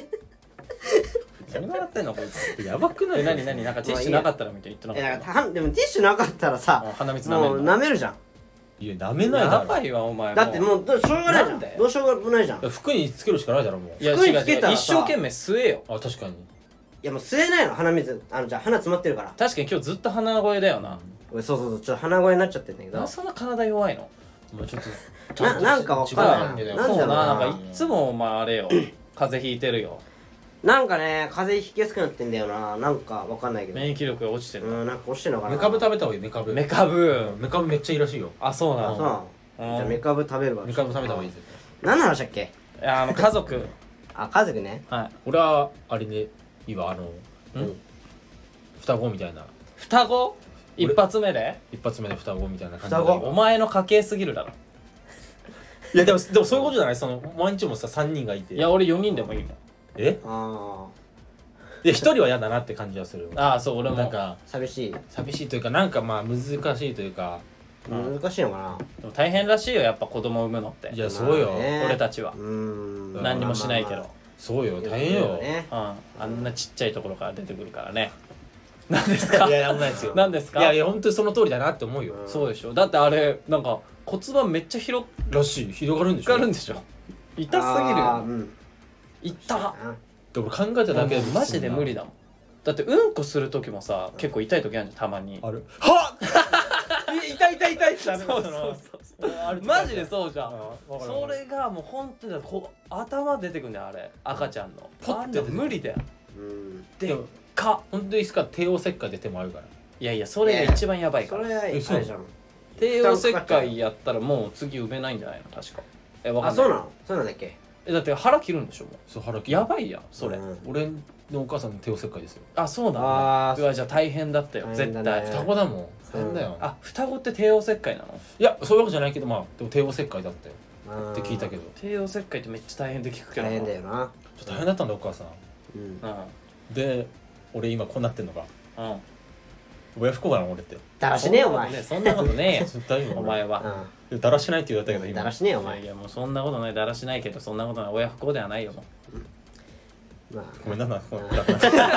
何笑ってんのこいつやばくないえ何何なんかティッシュなかったらみたいに言ってえなかっただからたでもティッシュなかったらさもう鼻水舐めもうんの舐めるじゃんいや舐めないだろやばいわお前だってもうどうしょうがないじゃなんでんどうしようもないじゃんい服につけるしかないだろもういや服に違う違うつけたらさ一生懸命吸えよあ確かにやもう吸えないの鼻水あのじゃあ鼻詰まってるから確かに今日ずっと鼻声だよな俺そうそうそうちょっと鼻声になっちゃってんだけどなんでそんな体弱いのもうちょっとななんかわかんない違うなんだろうなそうななんかいっつもお前あれよ風邪ひいてるよなんかね風邪ひきやすくなってんだよななんかわかんないけど免疫力が落ちてるうんなんか落ちてんのかなメカブ食べた方がいいメカブメカブメカブめっちゃいいらしいよあそうなのそうなのじゃあメカブ食べるわメカブ食べた方がいい絶対何の話だっけいやあの家族あ家族ねはい俺はあれでいいわあの双子みたいな双子一発目で一発目で双子みたいな感じ双子お前の家系すぎるだろいやでもでもそういうことじゃないその毎日もささんにんがいていや俺よにんでもいいもんえあでひとりは嫌だなって感じはするああそう俺もなんかあ寂しい寂しいというかなんかまあ難しいというか難しいのかなでも大変らしいよやっぱ子供産むのっていやそうよまあね俺たちはうーん何にもしないけどそうよ大変よねうんあんなちっちゃいところから出てくるからね何ですかいや危ないですよ何ですかいやいや本当にその通りだなって思うよそうでしょだってあれなんか骨盤めっちゃ広らしい広がるんでしょがるんでしょ痛すぎるよあーうん痛っで俺考えただけでマジで無理だもんだってうんこする時もさ結構痛い時あるじゃんたまにあるはっ痛い痛い痛いってなるそうそうそうマジでそうじゃんそれがもう本当にこう頭出てくんだよあれ赤ちゃんのポッて出てくるあんな無理だようんでっか本当にいつか帝王切開で手もあるからいやいやそれが一番やばいからそれはあれじゃん帝王切開やったらもう次産めないんじゃないの確かえわかんないあそうなのそうなんだっけえだって腹切るんでしょもそう腹切うやばいやんそれうん俺のお母さんの帝王切開ですよあそうなんあーだうわじゃあ大変だったよ絶大変だね対双子だもん大変だよあ双子って帝王切開なのいやそういうわけじゃないけどまあでも帝王切開だったよっって聞いたけど帝王切開ってめっちゃ大変って聞くけどな大変だよなちょっと大変だったんだお母さんうんうんで俺今こうなってんのがうん親不孝なの俺ってだらしねえよお前そんなことねえよ大丈夫お前はうだらしないって言われたけどん今だらしねえよおいや前いやもうそんなことないだらしないけどそんなことない親不孝ではないよもうまごめんななごめんな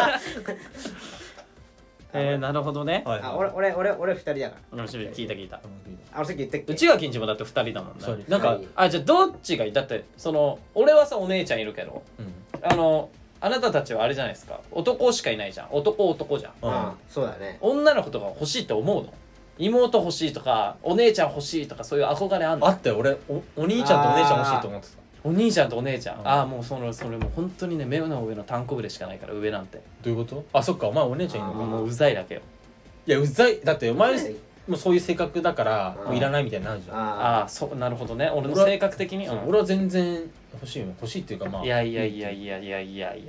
えー、なるほどねはいああ俺俺俺俺二人だか面白い聞いた聞いたらあ俺さっき言ったっけ内垣んちもだってふたりだもんそうねなんかあじゃあどっちがいいだってその俺はさお姉ちゃんいるけどうんあのあなたたちはあれじゃないですか男しかいないじゃん男男じゃんうんあそうだね女の子とか欲しいって思うの妹欲しいとかお姉ちゃん欲しいとかそういう憧れあんのあったよ俺おお兄ちゃんとお姉ちゃん欲しいと思ってたお兄ちゃんとお姉ちゃん、 うんああもうそのそれもう本当にね目の上の単行部でしかないから上なんてどういうことあそっかお前お姉ちゃんいるのかあーもううざいだけよいやうざいだってお前うんもうそういう性格だからうんもういらないみたいになるじゃんあああそうなるほどね俺の俺は性格的にうんそう俺は全然欲しいよ欲しいっていうかまあいやいやいやいやいやいやいや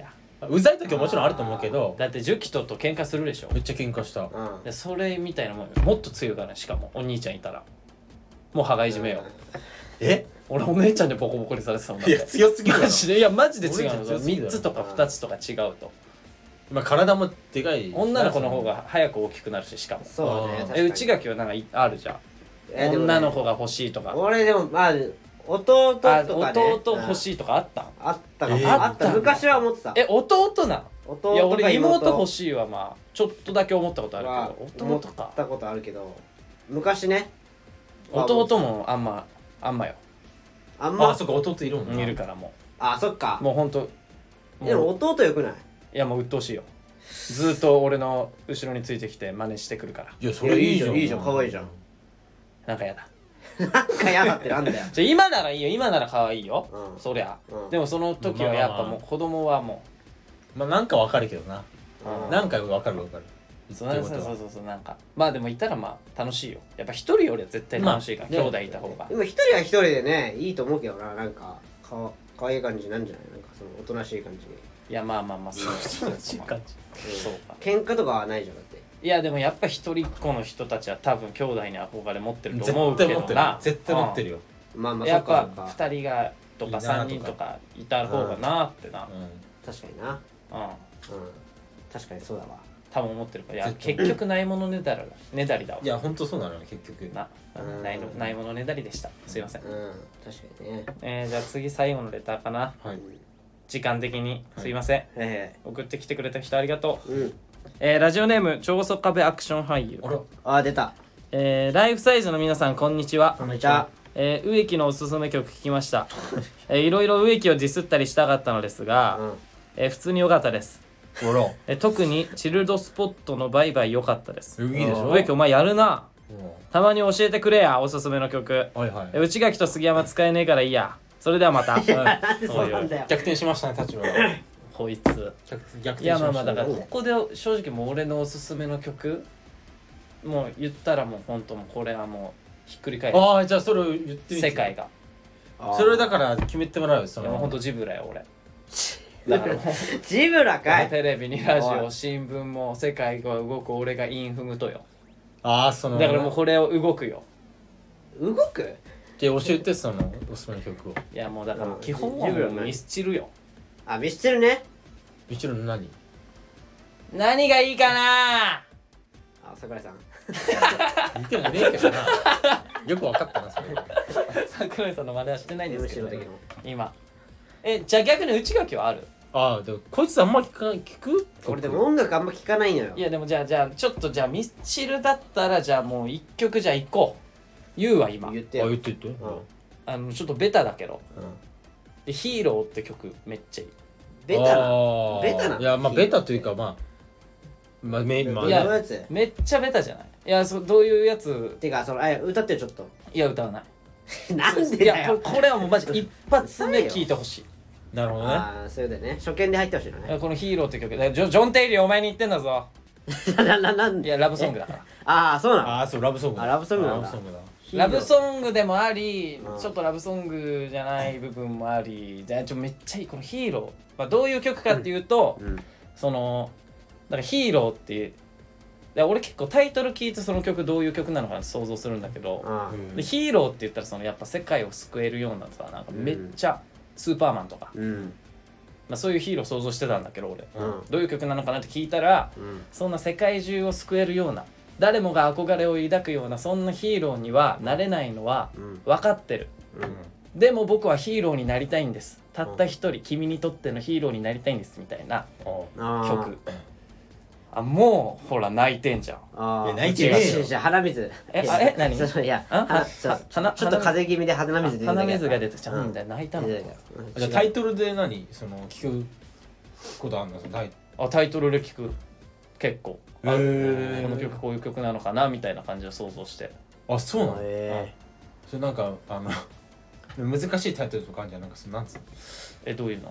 うざい時はもちろんあると思うけどだってジュキトと喧嘩するでしょ。 めっちゃ喧嘩したうんでそれみたいなもんよ。もっと強いからね。しかもお兄ちゃんいたらもう羽がいじめよ。 え俺お姉ちゃんでボコボコにされてたもんだって。 いや強すぎるマジでいやマジで違お姉ちゃうんの。3 強すぎるだろつとかふたつとか違うとまあ体もでかい女の子の方が早く大きくなるし、しかもそうだねあー確かにえ内垣はなんかいあるじゃん、 えでもね女の子が欲しいとか俺でもまあ弟とかあね弟欲しいとかあったん、 あったかも、 えーあった昔は思ってたえ弟なん弟いや俺か妹欲しいはまあちょっとだけ思ったことあるはけど思っ弟かたことあるけど昔ね弟もあんまあんまよあんまあそっか弟いるもんいるからもあそっかうもうほんとでももう弟よくないいやもう鬱陶しいよずーっと俺の後ろについてきて真似してくるからいやそれいいじゃんいいじゃん可愛いじゃんなんかやだなんか嫌だってなんだよじゃあ今ならいいよ今なら可愛いよ、 うんそりゃ、 うんでもその時はやっぱもう子供はもまあなんかわかるけどなう、うんなんかわかるわかるそう言ってることはそうそうそうそうなんかまあでもいたらまあ楽しいよやっぱ一人よりは絶対楽しいから、 まあね兄弟いた方が、 今一人は一人でねいいと思うけどななんかかわ可愛い感じなんじゃないなんかそのおとなしい感じにいやまあまあまあそうそうそう感じそうか喧嘩とかはないじゃんだっていやでもやっぱ一人っ子の人たちは多分兄弟に憧れ持ってると絶思うけ対持ってるどな絶対持ってるよまあまあそやっぱっかそっか二人がとかいいなとか三人とかいた方がなってなう確かになうんうん確かにそうだわ多分思ってるからいや絶対結局ないものねだりねだりだわんいやほんとそうなのよ結局なうんないのないものねだりでしたすいません、 うん確かにねえー、じゃあ次最後のレターかなはい時間的にすいません、 え送ってきてくれた人ありがとう、 えうんえー、ラジオネーム超速壁アクション俳優あらあ出たえー、ライフサイズの皆さんこんにちはこんにちはえー、植木のおすすめ曲聞きました、えー、いろいろ植木をディスったりしたかったのですが、 うんえー、普通に良かったです、 あらえー、特にチルドスポットのバイバイ良かったですいいでしょ植木お前やるなうんたまに教えてくれやおすすめの曲、 はいはいえー、内垣と杉山使えねえからいいやそれではまたなんでそうなんだよ逆転しましたね立場がこいつ逆逆転いやまあしましたねまあだからここで正直もう俺のおすすめの曲もう言ったらもう本当もうこれはもうひっくり返るああじゃあそれを言ってみて世界がそれだから決めてもらうよそのいやもうほんとジブラよ俺だからもうジブラかいテレビにラジおいオ新聞も世界が動く俺がインフムとよああそのだからもうこれを動くよ動くじゃあ教えてそのおすすめの曲をいやもうだからもううん基本はジブラ何もうミスチルよあミスチルね一応何何がいいかなあ桜井さん似てもねえけどなよくわかったなそれ桜井さんの真似はしてないんですけど、ねムシロ、 今えじゃあ逆に内垣はあるああでもこいつあんま聞か聞く俺でも音楽あんま聞かないのよいやでもじゃあじゃあちょっとじゃあミスチルだったらじゃあもう一曲じゃあ行こう言うわ今あ言ってよ言って言ってうんあのちょっとベタだけどうんでヒーローって曲めっちゃいいベタなあーベタないやまあベタというかまあまあめまあどういういややつめっちゃベタじゃないいやそどういうやつてかそのあ歌ってよちょっといや歌わないなんでいやだよこれこれはもうマジ一発目聞いてほしいなるほどねああそうだよね初見で入ってほしいのねこのヒーローって曲でジョジョン・テイリーお前に言ってんだぞなななんいやラブソングだからああそうなのああそうラブソングあラブソングなんだラブソングだラブソングでもあり、 うんちょっとラブソングじゃない部分もありじゃあちょめっちゃいいこのヒーロー、まあ、どういう曲かっていうと、 うんそのだからヒーローっていうで俺結構タイトル聞いてその曲どういう曲なのかなって想像するんだけど、 あうんでヒーローって言ったらそのやっぱ世界を救えるようなさなんかめっちゃスーパーマンとか、 ーうんまあ、そういうヒーロー想像してたんだけど俺うんどういう曲なのかなって聞いたらうんそんな世界中を救えるような誰もが憧れを抱くようなそんなヒーローにはなれないのはうん分かってるうんでも僕はヒーローになりたいんですたった一人君にとってのヒーローになりたいんですみたいなあー曲あもうほら泣いてんじゃんあーいや泣いてねえよ違う違う違う鼻水えあえ何そういやあはあそう鼻ちょっと風邪気味で鼻水出てたけど鼻水が出てちゃうんだよう泣いたの出てたけどうんじゃあタイトルで何その聞くことあんのそのタイあタイトルで聞く結構あへーこの曲こういう曲なのかなみたいな感じを想像してあそうなのへそれなんかあの難しいタイトルとかあるんじゃんなんかそのなんつうのえどういうの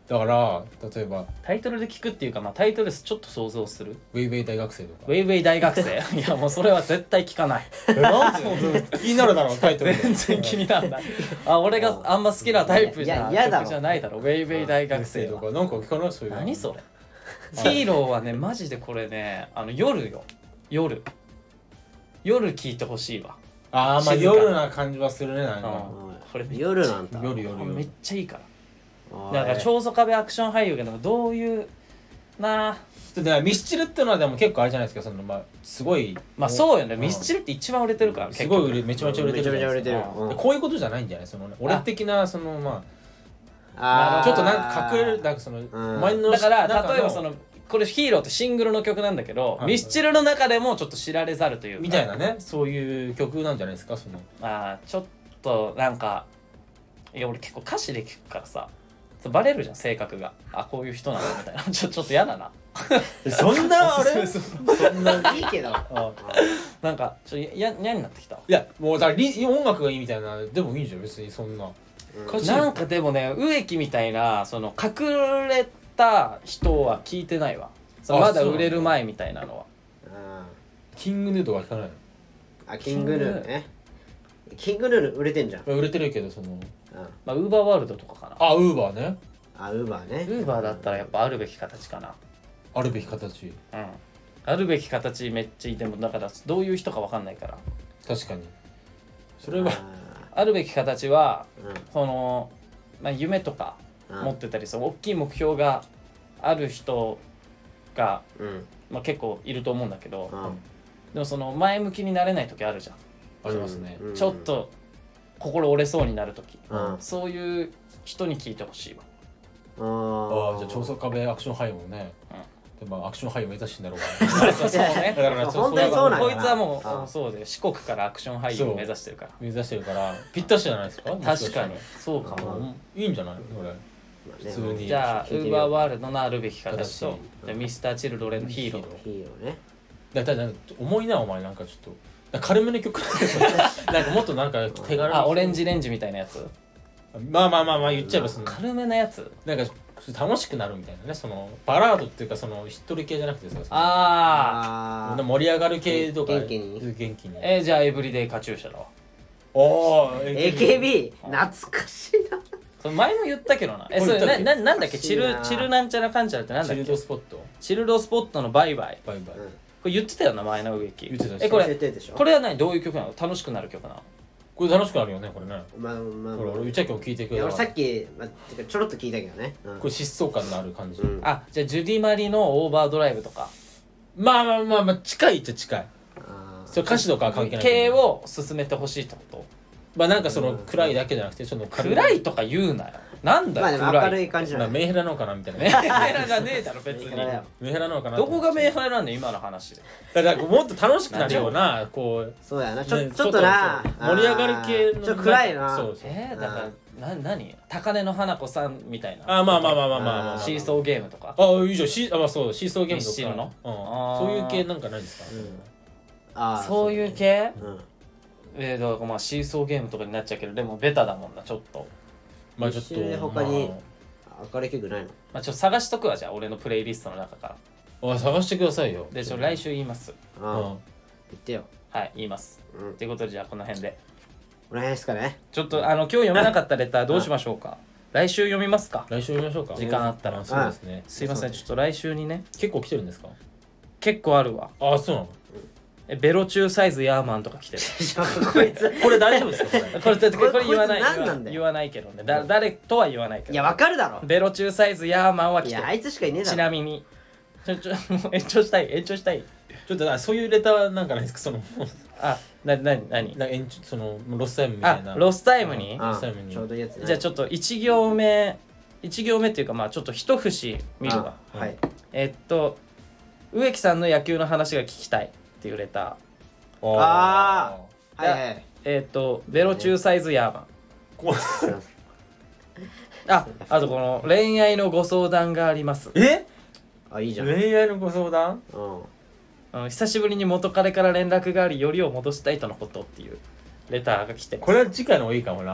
だから例えばタイトルで聞くっていうか、まあ、タイトルでちょっと想像する。 ウェイウェイ大学生とかウェイウェイ大学生いやもうそれは絶対聞かない。 えなんで気になるだろうタイトルで全然気にならない。あ、俺があんま好きなタイプじゃいや嫌だろ曲じゃないだろ。ウェイウェイ大学生はとかなんか聞かないそういうの何それ。ヒーローはねマジでこれね、あの夜よ、夜夜聞いてほしいわ。 あーまあ静かな夜な感じはするねなんかうんこれ夜なんだ。 夜夜夜めっちゃいいから。 あーだから長宗我部アクション俳優がどういうなあ、 でミスチルっていうのはでも結構あれじゃないですかそのまあすごいまあそうよね、 んミスチルって一番売れてるから、 すごい売れめちゃめちゃ売れてるじゃないですかめちゃめちゃ売れてるうんでこういうことじゃないんじゃないその俺的なそのまあーあちょっとなんか隠れるなんかそのんお前のだから中の例えばそのこれヒーローってシングルの曲なんだけど、 はいミスチルの中でもちょっと知られざるというかみたいなねそういう曲なんじゃないですかそのあーちょっとなんか、いや俺結構歌詞で聞くからさバレるじゃん性格が、あこういう人なんだみたいなちょちょっと嫌だな。 そんなあれそうそうそうそんないいけど。 なんかちょっと嫌になってきた。 いやもうだからリ音楽がいいみたいなでもいいんじゃん別にそんな歌詞なんかでもね植木みたいなその隠れた人は聞いてないわ。そのまだあそう売れる前みたいなのは。 キングヌーとか聞かないあ、キングヌーね。キングヌー売れてんじゃん。 の売れてるけどそのうんまあウーバーワールドとかかな。 あウーバーねあ、ウーバーね。 ウーバーだったらやっぱあるべき形かな。 あるべき形うん。あるべき形めっちゃいい。でもだからどういう人かわかんないから。 確かにそれはああるべき形はーうんその、まあ、夢とかうん持ってたりその大きい目標がある人が、 うんまあ、結構いると思うんだけど、 うんでもその前向きになれない時あるじゃん。 ありますねうんちょっと心折れそうになる時、 うんそういう人に聞いてほしいわ。 あああじゃあ長宗我部アクション俳優もねうんでもアクション俳優目指してんだろうからそうそうねだからちょっと本当にそうなんこかないつはもあうそうで四国からアクション俳優を目指してるから。 目指してるからぴったしじゃないですか確かにそうかうも。 うんいいんじゃないこれ普通にじゃあウ聞いてみようーバーワールドのあるべき形と形じゃあミスターチルドレンのヒーロー。 ヒーローね。 だから重いなお前なんかちょっとなんか軽めの曲なんかもっとなんか手軽にあオレンジレンジみたいなやつ。 まあまあまあまあ言っちゃえばその軽めなやつ。 なんか楽しくなるみたいなねそのバラードっていうかそのしっとり系じゃなくてさああ盛り上がる系とか元気に元気にーえー、じゃあエブリデイカチューシャだわ。 おーー エーケービー 懐かしいな。 それ前も言ったけどな。えそれこれ言ったっけなななんだっけチル懐かしいなチルなんちゃらかんちゃらってなんだチルっけドスポットチルドスポットのバイバイ。 バイバイうんこれ言ってたよな前の植木。 言ってたえこれ設定でしょこれは何どういう曲なの？楽しくなる曲なの？ これ楽しくなるよねこれねまあまあこれ俺うちゃきも聞いてくれたからいや俺さっきまあてかちょろっと聞いたけどね。うんこれ疾走感のある感じうんあじゃあジュディマリのオーバードライブとかまあまあまあまあ近いっちゃ近いあーそれ歌詞とかは関係ない系を進めてほしいってこと？ まあなんかその暗いだけじゃなくてちょっと軽暗いとか言うなよ。なんだよまあでも明る暗い。 い感じじゃない。 まあメンヘラなのかなみたいなメンヘラじゃねえだろ別に。 メンヘラだよメンヘラなのかなどこがメンヘララなんだよ今の話で。 だからもっと楽しくなるようなこうそうやな。ちょねちょっとなそう盛り上がる系のちょっと暗いな。 そうそうえー、だからな何高根の花子さんみたいな。 あまあまあまあまあまあまああーシーソーゲームとか。 あいいじゃんシーあまあそうシーソーゲームとかミスチルのうんあーそういう系なんかないですかうんあーそういう系？ うんえー、だからまあシーソーゲームとかになっちゃうけどでもベタだもんなちょっと。 まあちょっとミスチルで他にま明るい曲ないの？ まあちょっと探しとくわじゃあ俺のプレイリストの中から。 ああ探してくださいよでちょ来週言います。 うんああ言ってよ。 はい言います。 うんということでじゃあこの辺で。 お願いですかね。 ちょっとあの今日読めなかったレターどうしましょうか。来週読みますか。 来週読みましょうか時間あったらあそうですねすいませんちょっと来週にね結構来てるんですか結構あるわ。 あそうなのえベロ中サイズヤーマンとか来てる。 こいつこれ大丈夫ですかこれこれこれこれこいつ言わない何なんだよ言わないけどねだ誰とは言わないけど。 いやわかるだろ。 ベロ中サイズヤーマンは来てる。 いやあいつしかいねえだろ。 ちなみにちょちょもう延長したい延長したい。 ちょっとあそういうレターなんかないですかそのあななになになんか延長そのロスタイムみたいなあロスタイムにうんあロスタイムにちょうどいいやつね。 じゃあちょっといち行目いち行目っていうかまあちょっと一節見るわ。 あはい。 えっと植木さんの野球の話が聞きたいっていうレター。 あはいはい。 えっとベロ中サイズヤーマン。 こうああとこの恋愛のご相談があります。 えあいいじゃん。 恋愛のご相談うん。 うん久しぶりに元彼から連絡がありよりを戻したいとのことっていうレターが来てます。 これは次回の方がいいかもな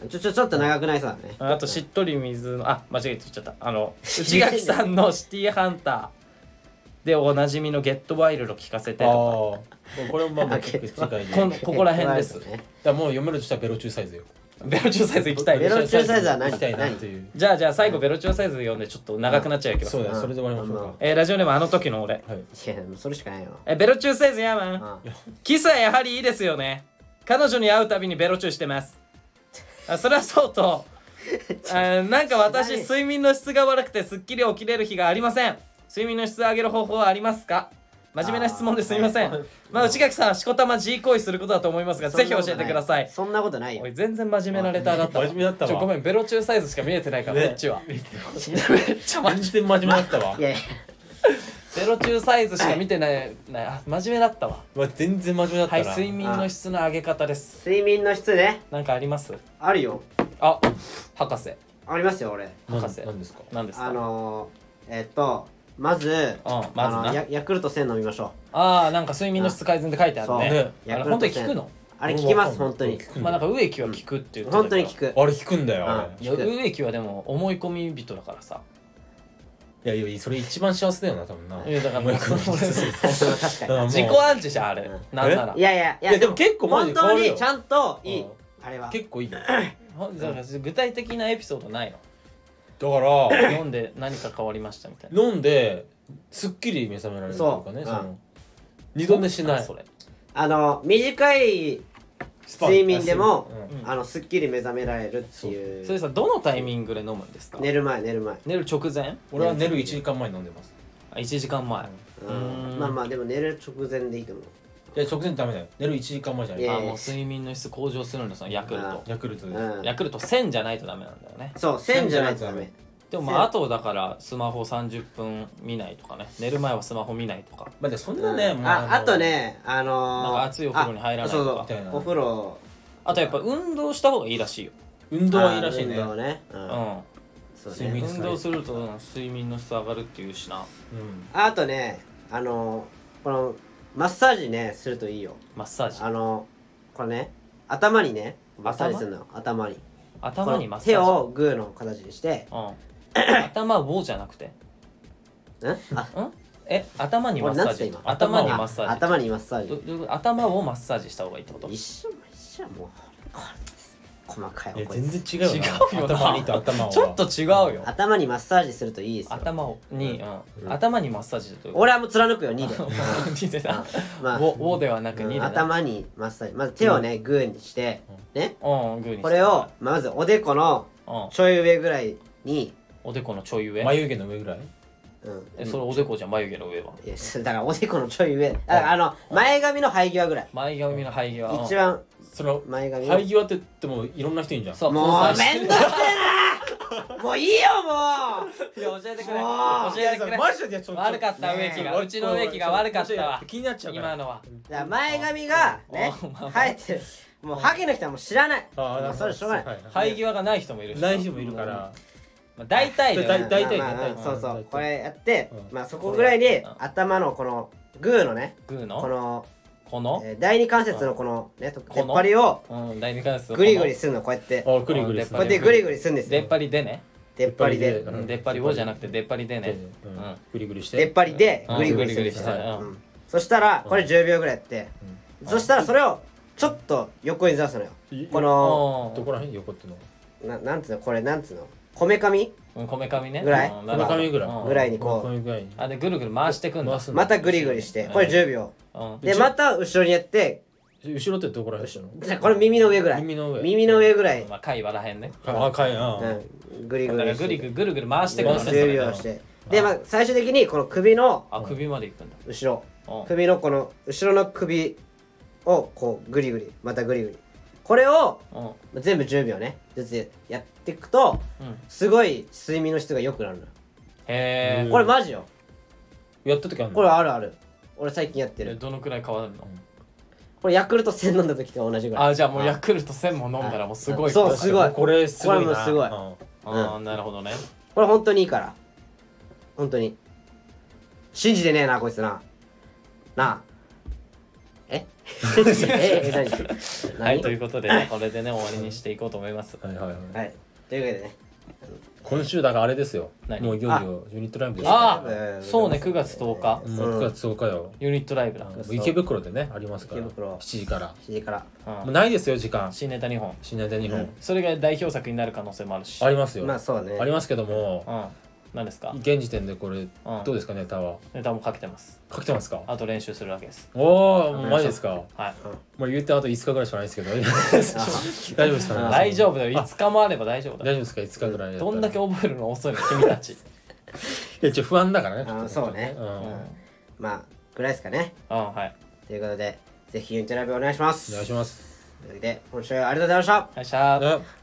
ちょちょちょっと長くなりそうだね。 あとしっとり水のあ間違えて言っちゃったあの内垣さんのシティハンターでおなじみのゲットワイルド聞かせてああとこれもまあまあ結構近いかこんここら辺ですね。 だもう読めるとしたらベロチューサイズよベロチューサイズ行きたいベロチューサイズは何行きたいなっていうじゃあじゃあ最後ベロチューサイズ読んでちょっと長くなっちゃうけどそうだよそれで終わりましょうかえーラジオネームあの時の俺はいいやもうそれしかないよ。 えベロチューサイズやまんあキスはやはりいいですよね彼女に会うたびにベロチューしてますあそれはそうとあなんか私睡眠の質が悪くてすっきり起きれる日がありません睡眠の質を上げる方法はありますか真面目な質問ですみませんまあ内垣さんしこたま G 行為することだと思いますがぜひ教えてくださいそんなことないよおい。全然真面目なレターだったわ真面目だったわちょごめんベロチューサイズしか見えてないからねこっちはめっちめっちゃ真面目全然真面目だったわいやいやベロチューサイズしか見てないないあ真面目だったわまあ全然真面目だったはいな睡眠の質の上げ方です睡眠の質ねなんかありますあるよ。 あ博士ありますよ俺。 なん博士なんですか何ですかあのー、えっとまずうんまずなあのヤヤクルトせん飲みましょあーなんか睡眠の質改善って書いてあるねそうねあれ本ヤクルト当に効くのう。あれ効きます本当に。 効くんだまあなんか植木は効くって言ってたけど本当に効く。 あれ聞くんだよあうんいや植木はでも思い込み人だからされいやいやそれ一番幸せだよな多分ないやだからもうその確かに。 自己暗示じゃんあれうんなんならいやいやいいやでも結構マジ本当で変わるよにちゃんといいうんあれは。 結構いいよほんだから具体的なエピソードないのだから飲んで何か変わりましたみたいな飲んですっきり目覚められるというかねそうその二度寝しないそれあの短いスパン睡眠でもうんあのすっきり目覚められるっていう。 それさどのタイミングで飲むんですか寝る前寝る前。 寝る直前俺は寝るいちじかんまえに飲んでますあいちじかんまえううんんまあまあでも寝る直前でいいと思う。 いや直前ダメだよ寝るいちじかんまえじゃないいやあもう睡眠の質向上するんだそのヤクルトヤクルトでうんヤクルトせんじゃないとダメなんだよねそうせんじゃないとダメ。 でもまああとだからスマホさんじゅっぷん見ないとかね寝る前はスマホ見ないとかまあでそんうなんねもうああのとねあのーなんか熱いお風呂に入らないとかあそうみたいなそうお風呂あとやっぱ運動した方がいいらしいよ運動はいいらしいねあー運動ねううんんそう睡眠ね運動するとうん睡眠の質上がるっていうしなうんあとねあのーこのマッサージねするといいよ。 マッサージあのーこれね頭にねマッサージするのよ頭に。 頭にマッサージこの手をグーの形にしてうん頭をじゃなくてんあんえ頭にマッサージ俺なんつった今頭にマッサージ頭にマッサーどジどういうこと頭をマッサージした方がいいってこと一緒一緒もう細かいいやわこいつ全然違うよな違うよな頭にと頭はちょっと違うよ頭にマッサージするといいですよ。 頭をに、うんうん頭にマッサージだと俺はもう貫くよにでにでなまあおおではなくにでな頭にマッサージまず手をねグーにしてねうんグーにしてこれをまずおでこのうんちょい上ぐらいにおでこのちょい上眉毛の上ぐらいうんえそれおでこじゃん眉毛の上はいやだからおでこのちょい上ああの前髪の生え際ぐらい前髪の生え際うん一番その前髪の生え際って言ってもいろんな人いるじゃんそうもう交際めんどくせえなもういいよもいや教えてくれもう教えてくれマジでちょっと悪かった植木がうちの植木が悪かったわ気になっちゃうから今のはうだから前髪がねおまあまあ生えてるもうハゲの人はもう知らないああもうそれしょうがない生え際がない人もいるしない人もいるからまあ大体だよね大大体ねまあまあ大体そうそう大体これやってうんまあそこぐらいにうん頭のこのグーのねグーのこのこのえー第二関節のこのねとこの出っ張りをうん第二関節のグリグリするのこうやってこあグリグリすうんるうやってグリグリするんですよ出っ張りでね出っ張りで出っ張りうん出っ張りをじゃなくて出っ張りでねうんうんグリグリして出っ張りでうんグリグリするんですよグリグリしてうんそしたらこれじゅうびょうぐらいやってうんそしたらそれをちょっと横にずらすのよいこのどこら辺横っていうのななんつうのこれなんつうのこめかみうんこめかみねぐらいうんこめかみぐらいうんぐらいにこうこのぐらいにあでぐるぐる回してくんだ回すのまたグリグリしてこれじゅうびょうんうでまた後ろにやって後ろってどこら辺してんのじゃあこれ耳の上ぐらい耳の上耳の上ぐらいまあ貝割らへんねあかいなうんグリグだからリしてぐりぐるぐるぐる回してくのねそじゅうれびょうしてでまあ最終的にこの首のあ首まで行くんだ後ろうん首のこの後ろの首をこうグリグリまたグリグリこれをうん全部じゅうびょうねずつやっていくとうんすごい睡眠の質が良くなるのよへえこれマジよやった時あるのこれあるある俺最近やってるどのくらい変わるのこれヤクルトせん飲んだ時と同じぐらいあじゃあもうヤクルトせんも飲んだらもうすごいそうすごいこれすごいなこれもすごいうんああなるほどねこれ本当にいいから本当に信じてねえなこいつななあえええ何はいということでねこれでね終わりにしていこうと思いますはいはいはいはいというわけでね今週だからあれですよ何もういよいよユニットライブですよあえーあそうねくがつとおかもうくがつとおかよユニットライブだ、 もう池袋でねありますから池袋しちじからしちじからうんもうないですよ時間新ネタにほん新ネタ日本、 うんそれが代表作になる可能性もあるしありますよ、 まあそうねありますけども、 うん何ですか現時点でこれうんどうですかネタはネタもかけてます書けてますかあと練習するわけですおおマジですかはいもう言ってあといつかぐらいしかないですけど大丈夫ですかね大丈夫だよいつかもあれば大丈夫だよ大丈夫ですかいつかぐらいだったらどんだけ覚えるの遅いの君たちいやちょっと不安だからねちょっとあそうねうん、おまあぐらいですかねうんはいということでぜひユニットライブお願いします願いしますというわけで今週ありがとうございましたよっしゃーね